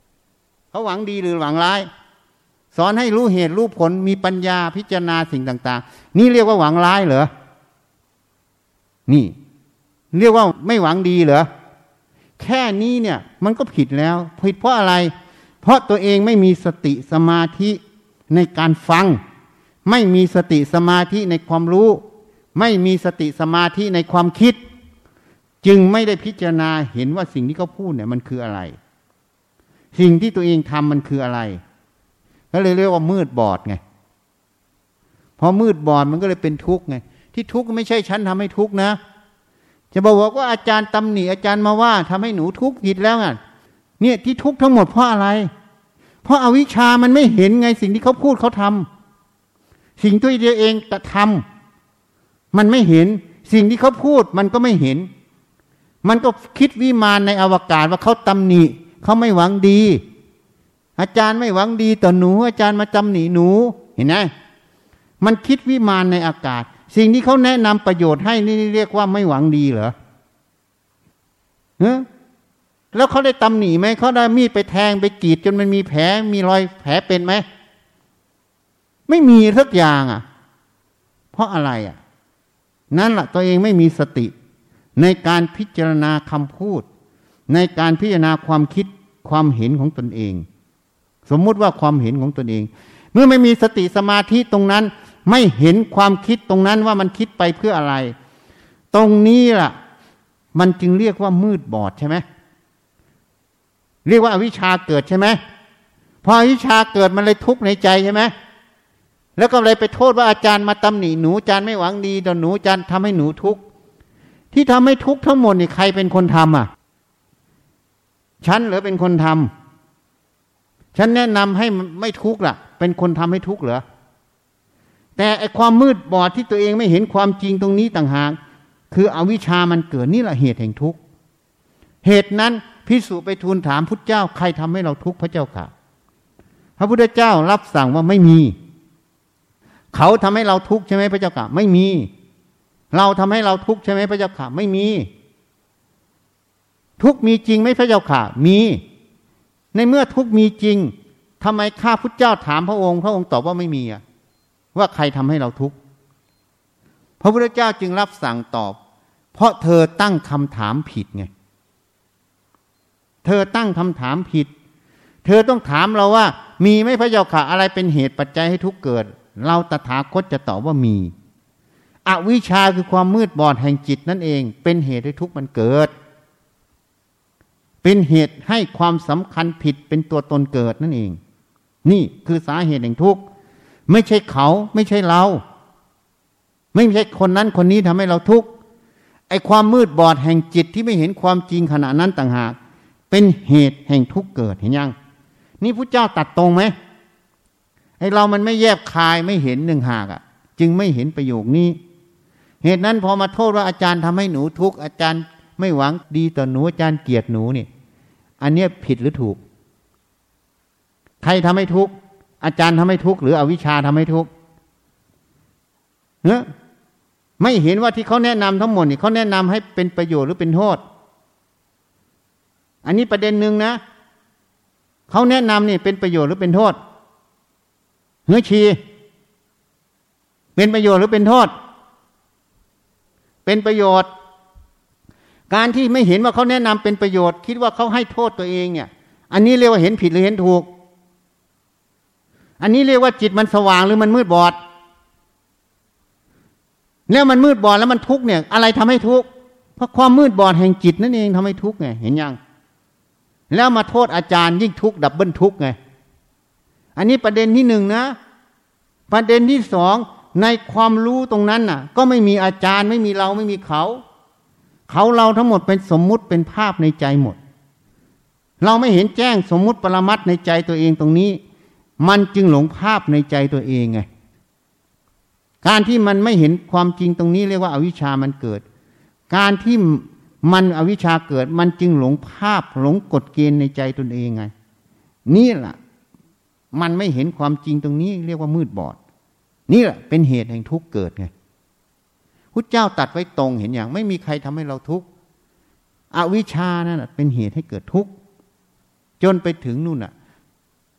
เขาหวังดีหรือหวังร้ายสอนให้รู้เหตุรู้ผลมีปัญญาพิจารณาสิ่งต่างๆนี่เรียกว่าหวังร้ายเหรอนี่เรียกว่าไม่หวังดีเหรอแค่นี้เนี่ยมันก็ผิดแล้วผิดเพราะอะไรเพราะตัวเองไม่มีสติสมาธิในการฟังไม่มีสติสมาธิในความรู้ไม่มีสติสมาธิในความคิดจึงไม่ได้พิจารณาเห็นว่าสิ่งที่เขาพูดเนี่ยมันคืออะไรสิ่งที่ตัวเองทำมันคืออะไรก็เลยเรียกว่ามืดบอดไงพอมืดบอดมันก็เลยเป็นทุกข์ไงที่ทุกข์ไม่ใช่ฉันทำให้ทุกข์นะจะบอกว่าอาจารย์ตำหนิอาจารย์มาว่าทำให้หนูทุกข์ผิดแล้วไงเนี่ยที่ทุกข์ทั้งหมดเพราะอะไรเพราะอวิชชามันไม่เห็นไงสิ่งที่เขาพูดเขาทำสิ่งตัวเองกระทำมันไม่เห็นสิ่งที่เขาพูดมันก็ไม่เห็นมันก็คิดวิมานในอวกาศว่าเขาตำหนิเขาไม่หวังดีอาจารย์ไม่หวังดีต่อหนูอาจารย์มาตำหนิหนูเห็นไหมมันคิดวิมานในอากาศสิ่งที่เขาแนะนำประโยชน์ให้นี่เรียกว่าไม่หวังดีเหรอเฮ้แล้วเขาได้ตำหนิไหมเขาได้มีดไปแทงไปกรีดจนมันมีแผลมีรอยแผลเป็นไหมไม่มีสักอย่างอ่ะเพราะอะไรอ่ะนั่นแหละตัวเองไม่มีสติในการพิจารณาคำพูดในการพิจารณาความคิดความเห็นของตนเองสมมุติว่าความเห็นของตนเองเมื่อไม่มีสติสมาธิตรงนั้นไม่เห็นความคิดตรงนั้นว่ามันคิดไปเพื่ออะไรตรงนี้ล่ะมันจึงเรียกว่ามืดบอดใช่ไหมเรียกว่าอวิชชาเกิดใช่ไหมพออวิชชาเกิดมันเลยทุกข์ในใจใช่ไหมแล้วก็เลยไปโทษว่าอาจารย์มาตำหนิหนูอาจารย์ไม่หวังดีต่อหนูอาจารย์ทำให้หนูทุกข์ที่ทำให้ทุกข์ทั้งหมดนี่ใครเป็นคนทำอ่ะฉันหรือเป็นคนทำฉันแนะนำให้ไม่ทุกข์ล่ะเป็นคนทำให้ทุกข์เหรอแต่ไอความมืดบอดที่ตัวเองไม่เห็นความจริงตรงนี้ต่างหากคืออวิชชามันเกิดนี่แหละเหตุแห่งทุกข์เหตุนั้นภิกษุไปทูลถามพุทธเจ้าใครทำให้เราทุกข์พระเจ้าค่ะพระพุทธเจ้ารับสั่งว่าไม่มีเขาทำให้เราทุกข์ใช่ไหมพระเจ้าค่ะไม่มีเราทำให้เราทุกข์ใช่ไหมพระเจ้าค่ะไม่มีทุกข์มีจริงไหมพระเจ้าค่ะมีในเมื่อทุกข์มีจริงทำไมข้าพุทธเจ้าถามพระองค์พระองค์ตอบว่าไม่มีอ่ะว่าใครทำให้เราทุกข์พระพุทธเจ้าจึงรับสั่งตอบเพราะเธอตั้งคำถามผิดไงเธอตั้งคำถามผิดเธอต้องถามเราว่ามีไหมพระเจ้าค่ะอะไรเป็นเหตุปัจจัยให้ทุกข์เกิดเราตถาคตจะตอบว่ามีอวิชชาคือความมืดบอดแห่งจิตนั่นเองเป็นเหตุให้ทุกข์มันเกิดเป็นเหตุให้ความสำคัญผิดเป็นตัวตนเกิดนั่นเองนี่คือสาเหตุแห่งทุกข์ไม่ใช่เขาไม่ใช่เราไม่ใช่คนนั้นคนนี้ทำให้เราทุกข์ไอ้ความมืดบอดแห่งจิตที่ไม่เห็นความจริงขณะนั้นต่างหากเป็นเหตุแห่งทุกข์เกิดเห็นยังนี่พุทธเจ้าตัดตรงไหมไอ้เรามันไม่แยบคายไม่เห็นหนึ่งหากอ่ะจึงไม่เห็นประโยคนี้เหตุนั้นพอมาโทษว่าอาจารย์ทำให้หนูทุกข์อาจารย์ไม่หวังดีต่อหนูอาจารย์เกลียดหนูนี่อันเนี้ยผิดหรือถูกใครทำให้ทุกข์อาจารย์ทำให้ทุกข์หรืออวิชชาทำให้ทุกข์เฮ้ยไม่เห็นว่าที่เขาแนะนำทั้งหมดนี่เขาแนะนำให้เป็นประโยชน์หรือเป็นโทษอันนี้ประเด็นหนึ่งนะเขาแนะนำนี่เป็นประโยชน์หรือเป็นโทษเฮ้ยชีเป็นประโยชน์หรือเป็นโทษเป็นประโยชน์การที่ไม่เห็นว่าเขาแนะนำเป็นประโยชน์คิดว่าเขาให้โทษตัวเองเนี่ยอันนี้เรียกว่าเห็นผิดหรือเห็นถูกอันนี้เรียกว่าจิตมันสว่างหรือมันมืดบอดแล้วมันมืดบอดแล้วมันทุกข์เนี่ยอะไรทำให้ทุกข์เพราะความมืดบอดแห่งจิตนั่นเองทำให้ทุกข์ไงเห็นยังแล้วมาโทษอาจารย์ยิ่งทุกข์ดับเบิลทุกข์ไงอันนี้ประเด็นที่หนึ่งนะประเด็นที่สองในความรู้ตรงนั้นน่ะก็ไม่มีอาจารย์ไม่มีเราไม่มีเขาเขาเราทั้งหมดเป็นสมมุติเป็นภาพในใจหมดเราไม่เห็นแจ้งสมมุติปรมัตถ์ในใจตัวเองตรงนี้มันจึงหลงภาพในใจตัวเองไงการที่มันไม่เห็นความจริงตรงนี้เรียกว่าอวิชชามันเกิดการที่มันอวิชชาเกิดมันจึงหลงภาพหลงกฎเกณฑ์ในใจตนเองไงนี่แหละมันไม่เห็นความจริงตรงนี้เรียกว่ามืดบอดนี่แหละเป็นเหตุแห่งทุกข์เกิดไงพุทธเจ้าตัดไว้ตรงเห็นอย่างไม่มีใครทำให้เราทุกข์อวิชชานั่นแหละเป็นเหตุให้เกิดทุกข์จนไปถึงนู่นน่ะ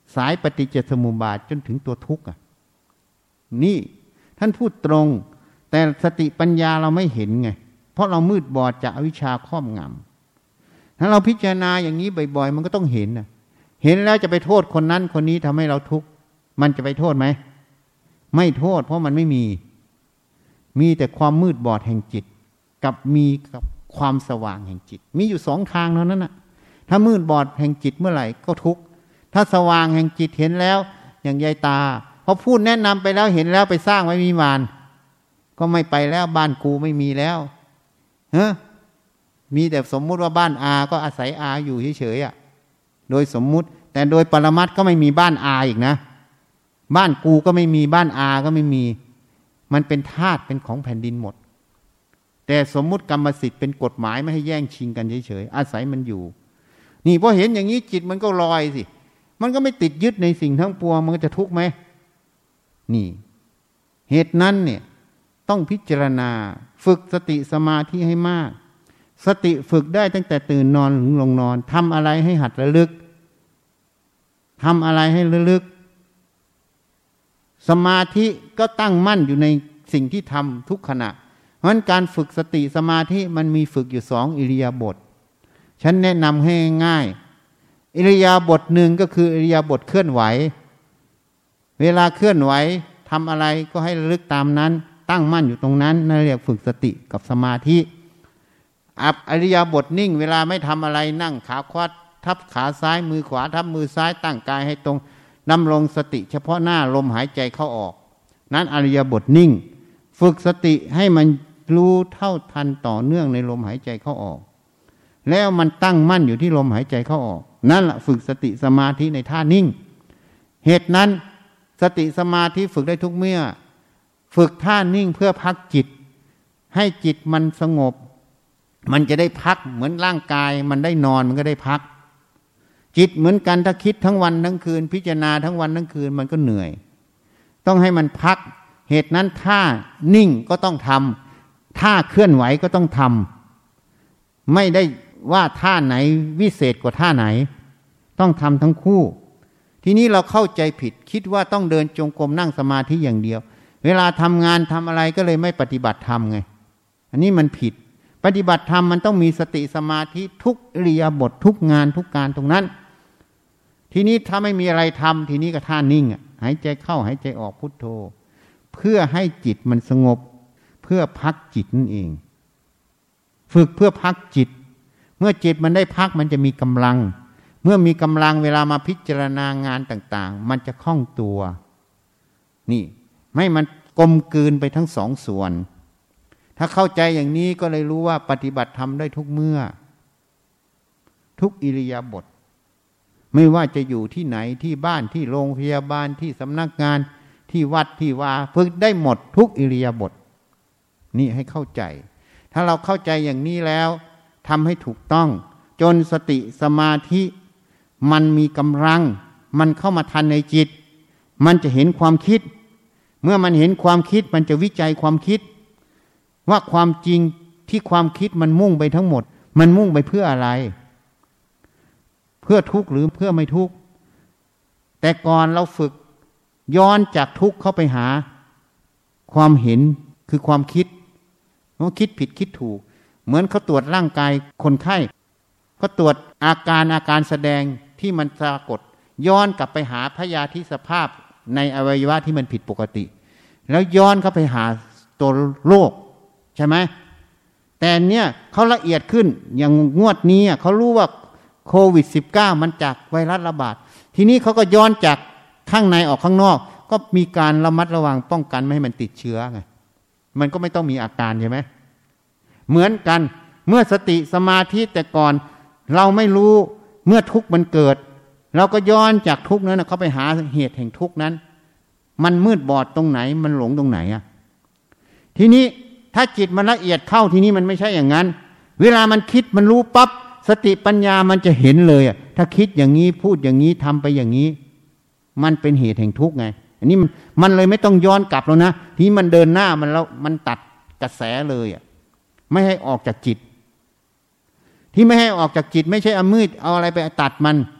สายปฏิจจสมุปบาทจนถึงตัวทุกข์อ่ะนี่ท่านพูดตรงแต่สติปัญญาเราไม่เห็นไงเพราะเรามืดบอดจากอวิชชาครอบงำถ้าเราพิจารณาอย่างนี้บ่อยๆมันก็ต้องเห็นนะเห็นแล้วจะไปโทษคนนั้นคนนี้ทำให้เราทุกข์มันจะไปโทษไหมไม่โทษเพราะมันไม่มีมีแต่ความมืดบอดแห่งจิตกับมีกับความสว่างแห่งจิตมีอยู่สองทางเท่านั้นนะถ้ามืดบอดแห่งจิตเมื่อไหร่ก็ทุกข์ถ้าสว่างแห่งจิตเห็นแล้วอย่างยายตาพอพูดแนะนำไปแล้วเห็นแล้วไปสร้างไว้มีมานก็ไม่ไปแล้วบ้านกูไม่มีแล้วเฮ้มีแต่สมมุติว่าบ้านอาก็อาศัยอาอยู่เฉยๆอ่ะโดยสมมุติแต่โดยปรมัตถ์ก็ไม่มีบ้านอาอีกนะบ้านกูก็ไม่มีบ้านอาก็ไม่มีมันเป็นธาตุเป็นของแผ่นดินหมดแต่สมมุติกรรมสิทธิ์เป็นกฎหมายไม่ให้แย่งชิงกันเฉยๆอาศัยมันอยู่นี่พอเห็นอย่างนี้จิตมันก็ลอยสิมันก็ไม่ติดยึดในสิ่งทั้งปวงมันก็จะทุกข์ไหมนี่เหตุนั้นเนี่ยต้องพิจารณาฝึกสติสมาธิให้มากสติฝึกได้ตั้งแต่ตื่นนอนถึงลงนอนทำอะไรให้หัดระลึกทำอะไรให้ระลึกสมาธิก็ตั้งมั่นอยู่ในสิ่งที่ทำทุกขณะเพราะฉะนั้นการฝึกสติสมาธิมันมีฝึกอยู่สองอิริยาบถฉันแนะนำให้ง่ายอิริยาบถหนึ่งก็คืออิริยาบถเคลื่อนไหวเวลาเคลื่อนไหวทำอะไรก็ให้ระลึกตามนั้นตั้งมั่นอยู่ตรงนั้นนั่นเรียกฝึกสติกับสมาธิอับอริยบทนิ่งเวลาไม่ทำอะไรนั่งขาขวาทับขาซ้ายมือขวาทับมือซ้ายตั้งกายให้ตรงดำรงสติเฉพาะหน้าลมหายใจเข้าออกนั้นอริยบทนิ่งฝึกสติให้มันรู้เท่าทันต่อเนื่องในลมหายใจเข้าออกแล้วมันตั้งมั่นอยู่ที่ลมหายใจเข้าออกนั่นแหละฝึกสติสมาธิในท่านิ่งเหตุนั้นสติสมาธิฝึกได้ทุกเมื่อฝึกท่านิ่งเพื่อพักจิตให้จิตมันสงบมันจะได้พักเหมือนร่างกายมันได้นอนมันก็ได้พักจิตเหมือนกันถ้าคิดทั้งวันทั้งคืนพิจารณาทั้งวันทั้งคืนมันก็เหนื่อยต้องให้มันพักเหตุนั้นท่านิ่งก็ต้องทำท่าเคลื่อนไหวก็ต้องทำไม่ได้ว่าท่าไหนวิเศษกว่าท่าไหนต้องทำทั้งคู่ทีนี้เราเข้าใจผิดคิดว่าต้องเดินจงกรมนั่งสมาธิอย่างเดียวเวลาทำงานทำอะไรก็เลยไม่ปฏิบัติธรรมไงอันนี้มันผิดปฏิบัติธรรมมันต้องมีสติสมาธิทุกอิริยาบถทุกงานทุกการตรงนั้นทีนี้ถ้าไม่มีอะไรทำทีนี้ก็ท่านิ่งอ่ะหายใจเข้าหายใจออกพุทโธเพื่อให้จิตมันสงบเพื่อพักจิตนั่นเองฝึกเพื่อพักจิตเมื่อจิตมันได้พักมันจะมีกำลังเมื่อมีกำลังเวลามาพิจารณางานต่างๆมันจะคล่องตัวนี่ไม่มันกลมกลืนไปทั้งสองส่วนถ้าเข้าใจอย่างนี้ก็เลยรู้ว่าปฏิบัติธรรมได้ทุกเมื่อทุกอิริยาบถไม่ว่าจะอยู่ที่ไหนที่บ้านที่โรงพยาบาลที่สำนักงานที่วัดที่วาฝึกได้หมดทุกอิริยาบถนี่ให้เข้าใจถ้าเราเข้าใจอย่างนี้แล้วทำให้ถูกต้องจนสติสมาธิมันมีกำลังมันเข้ามาทันในจิตมันจะเห็นความคิดเมื่อมันเห็นความคิดมันจะวิจัยความคิดว่าความจริงที่ความคิดมันมุ่งไปทั้งหมดมันมุ่งไปเพื่ออะไรเพื่อทุกข์หรือเพื่อไม่ทุกข์แต่ก่อนเราฝึกย้อนจากทุกข์เข้าไปหาความเห็นคือความคิดว่าคิดผิดคิดถูกเหมือนเขาตรวจร่างกายคนไข้เขาตรวจอาการอาการแสดงที่มันปรากฏย้อนกลับไปหาพยาธิสภาพในอวัยวะที่มันผิดปกติแล้วย้อนเข้าไปหาตัวโรคใช่ไหมแต่เนี่ยเขาละเอียดขึ้นอย่างงวดนี้เขารู้ว่าโควิด สิบเก้า มันจากไวรัสระบาดทีนี้เขาก็ย้อนจากข้างในออกข้างนอกก็มีการระมัดระวังป้องกันไม่ให้มันติดเชื้อไงมันก็ไม่ต้องมีอาการใช่ไหมเหมือนกันเมื่อสติสมาธิแต่ก่อนเราไม่รู้เมื่อทุกข์มันเกิดเราก็ย้อนจากทุกข์นั้นเขาไปหาเหตุแห่งทุกข์นั้นมันมืดบอดตรงไหนมันหลงตรงไหนอ่ะทีนี้ถ้าจิตมันละเอียดเข้าทีนี้มันไม่ใช่อย่างนั้นเวลามันคิดมันรู้ปั๊บสติปัญญามันจะเห็นเลยอ่ะถ้าคิดอย่างนี้พูดอย่างนี้ทำไปอย่างนี้มันเป็นเหตุแห่งทุกข์ไงอันนี้มันมันเลยไม่ต้องย้อนกลับแล้วนะที่มันเดินหน้ามันแล้วมันตัดกระแสเลยอ่ะไม่ให้ออกจากจิตที่ไม่ให้ออกจากจิตไม่ใช่เอามืดเอาอะไรไปตัดมัน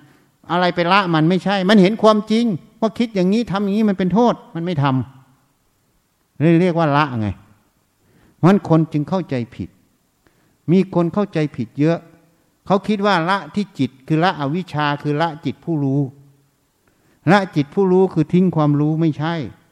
อะไรไปละมันไม่ใช่มันเห็นความจริงว่าคิดอย่างนี้ทำอย่างนี้มันเป็นโทษมันไม่ทำเรียกว่าละไงเพราะฉะนั้นคนจึงเข้าใจผิดมีคนเข้าใจผิดเยอะเขาคิดว่าละที่จิตคือละอวิชชาคือละจิตผู้รู้ละจิตผู้รู้คือทิ้งความรู้ไม่ใช่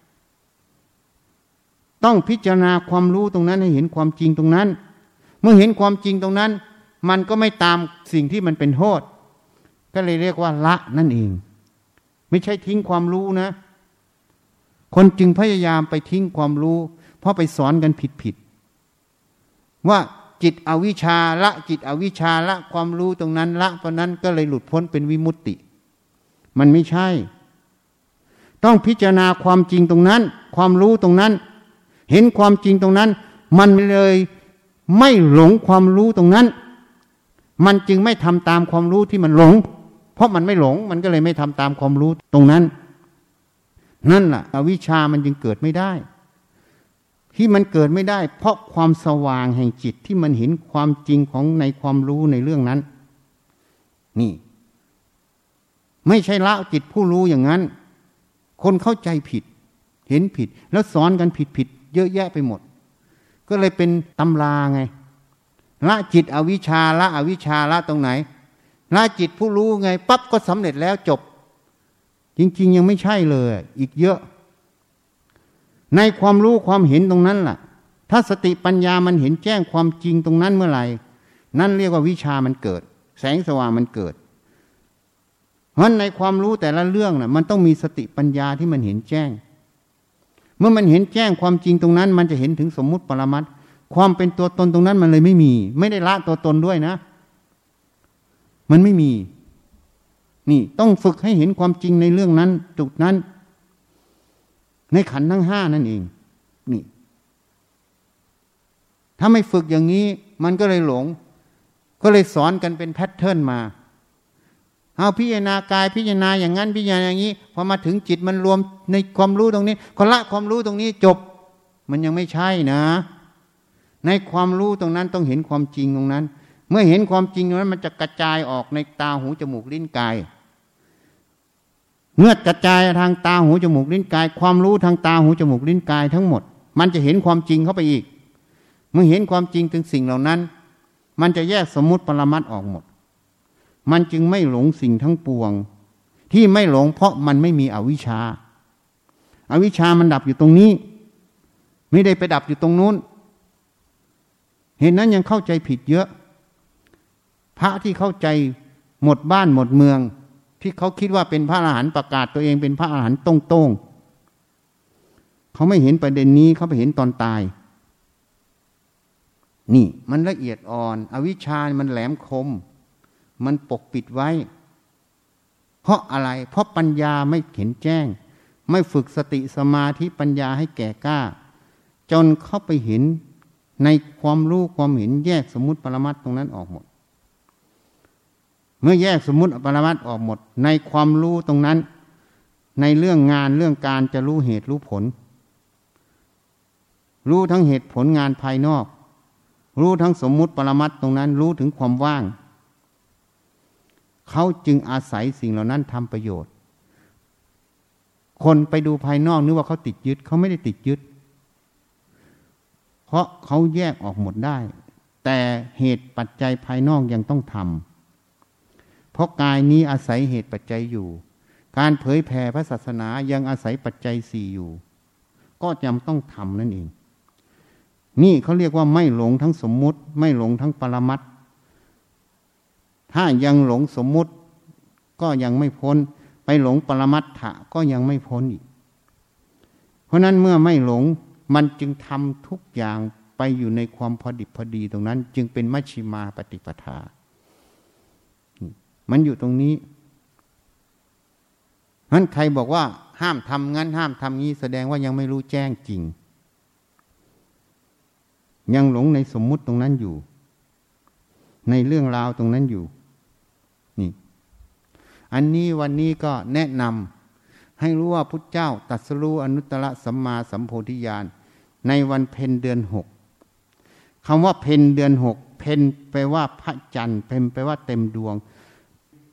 ต้องพิจารณาความรู้ตรงนั้นให้เห็นความจริงตรงนั้นเมื่อเห็นความจริงตรงนั้นมันก็ไม่ตามสิ่งที่มันเป็นโทษก็เลยเรียกว่าละนั่นเองไม่ใช่ทิ้งความรู้นะคนจึงพยายามไปทิ้งความรู้เพราะไปสอนกันผิดๆว่าจิตอวิชชาละจิตอวิชชาละความรู้ตรงนั้นละเพราะนั้นก็เลยหลุดพ้นเป็นวิมุตติมันไม่ใช่ต้องพิจารณาความจริงตรงนั้นความรู้ตรงนั้นเห็นความจริงตรงนั้นมันเลยไม่หลงความรู้ตรงนั้นมันจึงไม่ทำตามความรู้ที่มันหลงเพราะมันไม่หลงมันก็เลยไม่ทำตามความรู้ตรงนั้นนั่นแหละอวิชชามันจึงเกิดไม่ได้ที่มันเกิดไม่ได้เพราะความสว่างแห่งจิตที่มันเห็นความจริงของในความรู้ในเรื่องนั้นนี่ไม่ใช่ละจิตผู้รู้อย่างนั้นคนเข้าใจผิดเห็นผิดแล้วสอนกันผิดผิดเยอะแยะไปหมดก็เลยเป็นตำราไงละจิตอวิชชาละอวิชชาละตรงไหนละจิตผู้รู้ไงปั๊บก็สำเร็จแล้วจบจริงๆยังไม่ใช่เลยอีกเยอะในความรู้ความเห็นตรงนั้นล่ะถ้าสติปัญญามันเห็นแจ้งความจริงตรงนั้นเมื่อไหร่นั่นเรียกว่าวิชามันเกิดแสงสว่างมันเกิดเพราะในความรู้แต่ละเรื่องน่ะมันต้องมีสติปัญญาที่มันเห็นแจ้งเมื่อมันเห็นแจ้งความจริงตรงนั้นมันจะเห็นถึงสมมุติปรมัตถ์ความเป็นตัวตนตรงนั้นมันเลยไม่มีไม่ได้ละตัวตนด้วยนะมันไม่มีนี่ต้องฝึกให้เห็นความจริงในเรื่องนั้นจุดนั้นในขันธ์ทั้งห้านั่นเองนี่ถ้าไม่ฝึกอย่างนี้มันก็เลยหลงก็เลยสอนกันเป็นแพทเทิร์นมาเอาพิจารณากายพิจารณาอย่างนั้นพิจารณาอย่างนี้พอมาถึงจิตมันรวมในความรู้ตรงนี้ก็ละความรู้ตรงนี้จบมันยังไม่ใช่นะในความรู้ตรงนั้นต้องเห็นความจริงตรงนั้นเมื่อเห็นความจริงตรงนั้นมันจะกระจายออกในตาหูจมูกลิ้นกายเมื่อกระจายทางตาหูจมูกลิ้นกายความรู้ทางตาหูจมูกลิ้นกายทั้งหมดมันจะเห็นความจริงเข้าไปอีกเมื่อเห็นความจริงถึงสิ่งเหล่านั้นมันจะแยกสมมุติปรมัตถ์ออกหมดมันจึงไม่หลงสิ่งทั้งปวงที่ไม่หลงเพราะมันไม่มีอวิชชาอวิชชามันดับอยู่ตรงนี้ไม่ได้ไปดับอยู่ตรงนู้นเหตุนั้นยังเข้าใจผิดเยอะพระที่เข้าใจหมดบ้านหมดเมืองที่เขาคิดว่าเป็นพระอรหันต์ประกาศตัวเองเป็นพระอรหันต์ตรงๆเขาไม่เห็นประเด็นนี้เขาไปเห็นตอนตายนี่มันละเอียดอ่อนอวิชชามันแหลมคมมันปกปิดไว้เพราะอะไรเพราะปัญญาไม่เห็นแจ้งไม่ฝึกสติสมาธิปัญญาให้แก่กล้าจนเข้าไปเห็นในความรู้ความเห็นแยกสมมุติปรมัตถ์ตรงนั้นออกหมดเมื่อแยกสมมุติปรมัตถ์ออกหมดในความรู้ตรงนั้นในเรื่องงานเรื่องการจะรู้เหตุรู้ผลรู้ทั้งเหตุผลงานภายนอกรู้ทั้งสมมุติปรมัตถ์ตรงนั้นรู้ถึงความว่างเขาจึงอาศัยสิ่งเหล่านั้นทำประโยชน์คนไปดูภายนอกนึกว่าเขาติดยึดเขาไม่ได้ติดยึดเพราะเขาแยกออกหมดได้แต่เหตุปัจจัยภายนอกยังต้องทำเพราะกายนี้อาศัยเหตุปัจจัยอยู่การเผยแผ่พระศาสนายังอาศัยปัจจัยสี่อยู่ก็ยังต้องทำนั่นเองนี่เขาเรียกว่าไม่หลงทั้งสมมุติไม่หลงทั้งปรมัตถ์ถ้ายังหลงสมมุติก็ยังไม่พ้นไปหลงปรมัตถะก็ยังไม่พ้นอีกเพราะนั้นเมื่อไม่หลงมันจึงทำทุกอย่างไปอยู่ในความพอดิบพอดีตรงนั้นจึงเป็นมัชฌิมาปฏิปทามันอยู่ตรงนี้งั้นใครบอกว่าห้ามทำงั้นห้ามทำงี้แสดงว่ายังไม่รู้แจ้งจริงยังหลงในสมมุติตรงนั้นอยู่ในเรื่องราวตรงนั้นอยู่นี่อันนี้วันนี้ก็แนะนำให้รู้ว่าพุทธเจ้าตรัสรู้อนุตตรสัมมาสัมโพธิญาณในวันเพ็ญเดือนหกคำว่าเพ็ญเดือนหกเพ็ญแปลว่าพระจันทร์เพ็ญแปลว่าเต็มดวง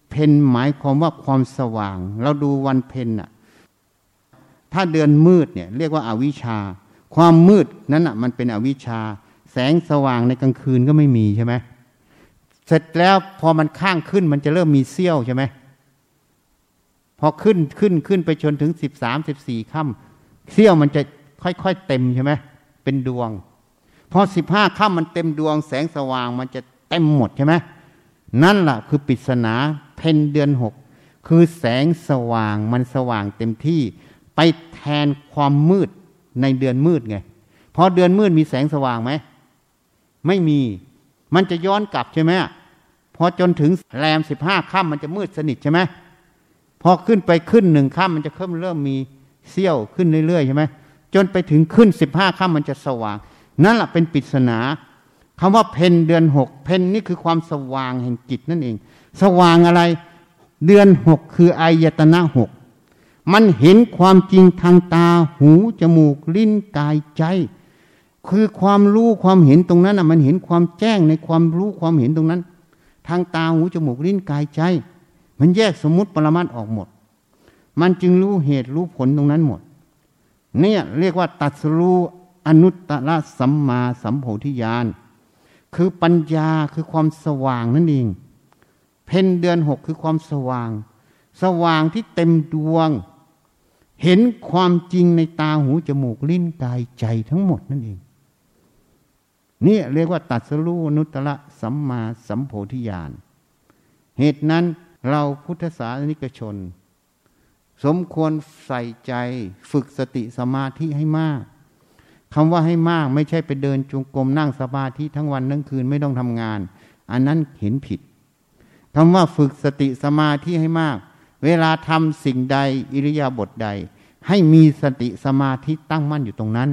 เพนหมายความว่าความสว่างเราดูวันเพ็ญน่ะถ้าเดือนมืดเนี่ยเรียกว่าอาวิชชาความมืดนั้นน่ะมันเป็นอวิชชาแสงสว่างในกลางคืนก็ไม่มีใช่ไหมเสร็จแล้วพอมันข้างขึ้นมันจะเริ่มมีเสี้ยวใช่ไหมพอขึ้นขึ้นขึ้นไปจนถึงสิบสามสิบสี่ค่ำเสี้ยวมันจะค่อยๆเต็มใช่ไหมเป็นดวงพอสิบห้าค่ำมันเต็มดวงแสงสว่างมันจะเต็มหมดใช่ไหมนั่นแหละคือปริศนาเพ็ญเดือนหกคือแสงสว่างมันสว่างเต็มที่ไปแทนความมืดในเดือนมืดไงพอเดือนมืดมีแสงสว่างไหมไม่มีมันจะย้อนกลับใช่ไหมพอจนถึงแรมสิบห้าค่ำมันจะมืดสนิทใช่ไหมพอขึ้นไปขึ้นหนึ่งค่ำมันจะเริ่มเริ่มมีเสี้ยวขึ้นเรื่อยๆใช่ไหมจนไปถึงขึ้นสิบห้าค่ำมันจะสว่างนั่นแหละเป็นปริศนาคำว่าเพ็ญเดือนหกเพ็ญนี่คือความสว่างแห่งจิตนั่นเองสว่างอะไรเดือนหกคืออายตนะหกมันเห็นความจริงทางตาหูจมูกลิ้นกายใจคือความรู้ความเห็นตรงนั้นอ่ะมันเห็นความแจ้งในความรู้ความเห็นตรงนั้นทางตาหูจมูกลิ้นกายใจมันแยกสมมุติปรมัตถ์ออกหมดมันจึงรู้เหตุรู้ผลตรงนั้นหมดเนี่ยเรียกว่าตรัสรู้อนุตตรสัมมาสัมโพธิญาณคือปัญญาคือความสว่างนั่นเองเพ็ญเดือนหกคือความสว่างสว่างที่เต็มดวงเห็นความจริงในตาหูจมูกลิ้นกายใจทั้งหมดนั่นเองนี่เรียกว่าตรัสรู้อนุตตรสัมมาสัมโพธิญาณเหตุนั้นเราพุทธศาสนิกชนสมควรใส่ใจฝึกสติสมาธิให้มากคำว่าให้มากไม่ใช่ไปเดินจงกรมนั่งสมาธิทั้งวันทั้งคืนไม่ต้องทำงานอันนั้นเห็นผิดคำว่าฝึกสติสมาธิให้มากเวลาทำสิ่งใดอิริยาบถใดให้มีสติสมาธิตั้งมั่นอยู่ตรงนั้น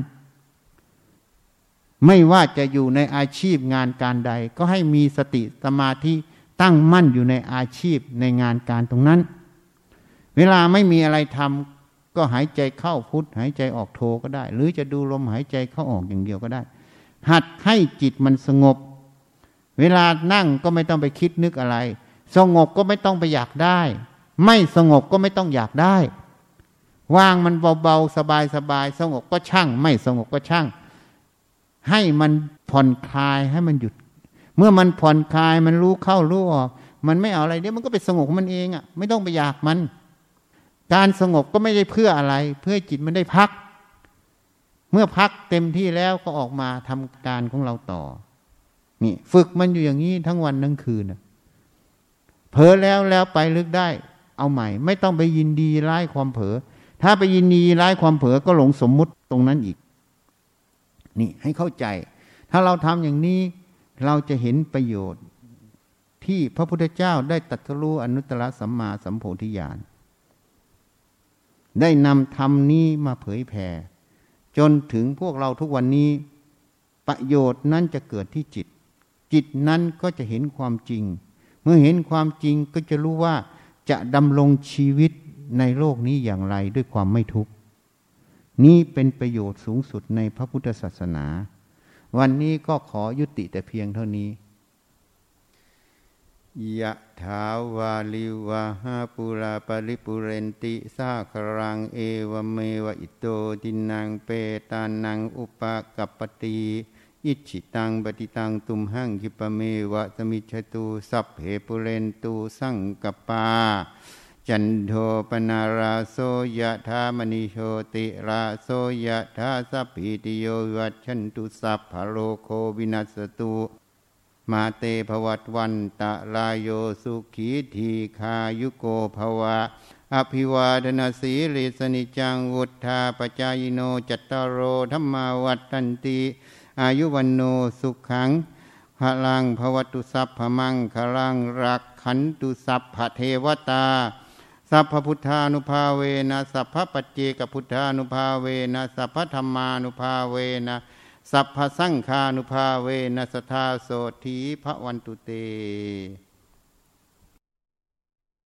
ไม่ว่าจะอยู่ในอาชีพงานการใดก็ให้มีสติสมาธิตั้งมั่นอยู่ในอาชีพในงานการตรงนั้นเวลาไม่มีอะไรทำก็หายใจเข้าพุทหายใจออกโทก็ได้หรือจะดูลมหายใจเข้าออกอย่างเดียวก็ได้หัดให้จิตมันสงบเวลานั่งก็ไม่ต้องไปคิดนึกอะไรสงบก็ไม่ต้องไปอยากได้ไม่สงบก็ไม่ต้องอยากได้วางมันเบาๆสบายๆสงบก็ช่างไม่สงบก็ช่างให้มันผ่อนคลายให้มันหยุดเมื่อมันผ่อนคลายมันรู้เข้ารู้ออกมันไม่เอาอะไรเดี๋ยวมันก็ไปสงบของมันเองอ่ะไม่ต้องไปอยากมันการสงบก็ไม่ได้เพื่ออะไรเพื่อจิตมันได้พักเมื่อพักเต็มที่แล้วก็ออกมาทำการของเราต่อนี่ฝึกมันอยู่อย่างนี้ทั้งวันทั้งคืนเผลอแล้วแล้วไปลึกได้เอาใหม่ไม่ต้องไปยินดีร้ายความเผลอถ้าไปยินดีร้ายความเผลอก็หลงสมมุติตรงนั้นอีกนี่ให้เข้าใจถ้าเราทำอย่างนี้เราจะเห็นประโยชน์ที่พระพุทธเจ้าได้ตรัสรู้อนุตตรสัมมาสัมโพธิญาณได้นำธรรมนี้มาเผยแผ่จนถึงพวกเราทุกวันนี้ประโยชน์นั้นจะเกิดที่จิตจิตนั้นก็จะเห็นความจริงเมื่อเห็นความจริงก็จะรู้ว่าจะดำรงชีวิตในโลกนี้อย่างไรด้วยความไม่ทุกข์นี้เป็นประโยชน์สูงสุดในพระพุทธศาสนาวันนี้ก็ขอยุติแต่เพียงเท่านี้ยะถาวาลิวะหาปุราปริปุเรนติสาครังเอวเมวะอิโตตินังเปตานังอุปกัปปติอิจิตังปฏิตังตุมหังคิปะเมวะสมิจฉตุสัพเพปุเรนตุสังกปาจันโทปนาราโสยะธามณิโชติราโสยะธาสัพพิติโยวัชชันตุสัพพะโลโควินัสตุมาเตภวัตวันตะลายโยสุขีทีคายุโกภวะอภิวาทนาสีลิสนิจังวุฒาปจายโนจัตตารโอธัมมาวัฏันติอายุวันโนสุขังพลังภวตุสัพพมังคลังรักขันตุสัพพเทวตาสัพพพุทธานุภาเวนะสัพพปัจเจกพุทธานุภาเวนะสัพพธัมมานุภาเวนะสัพพสังฆานุภาเวนะสัทธาโสธีภวันตุเต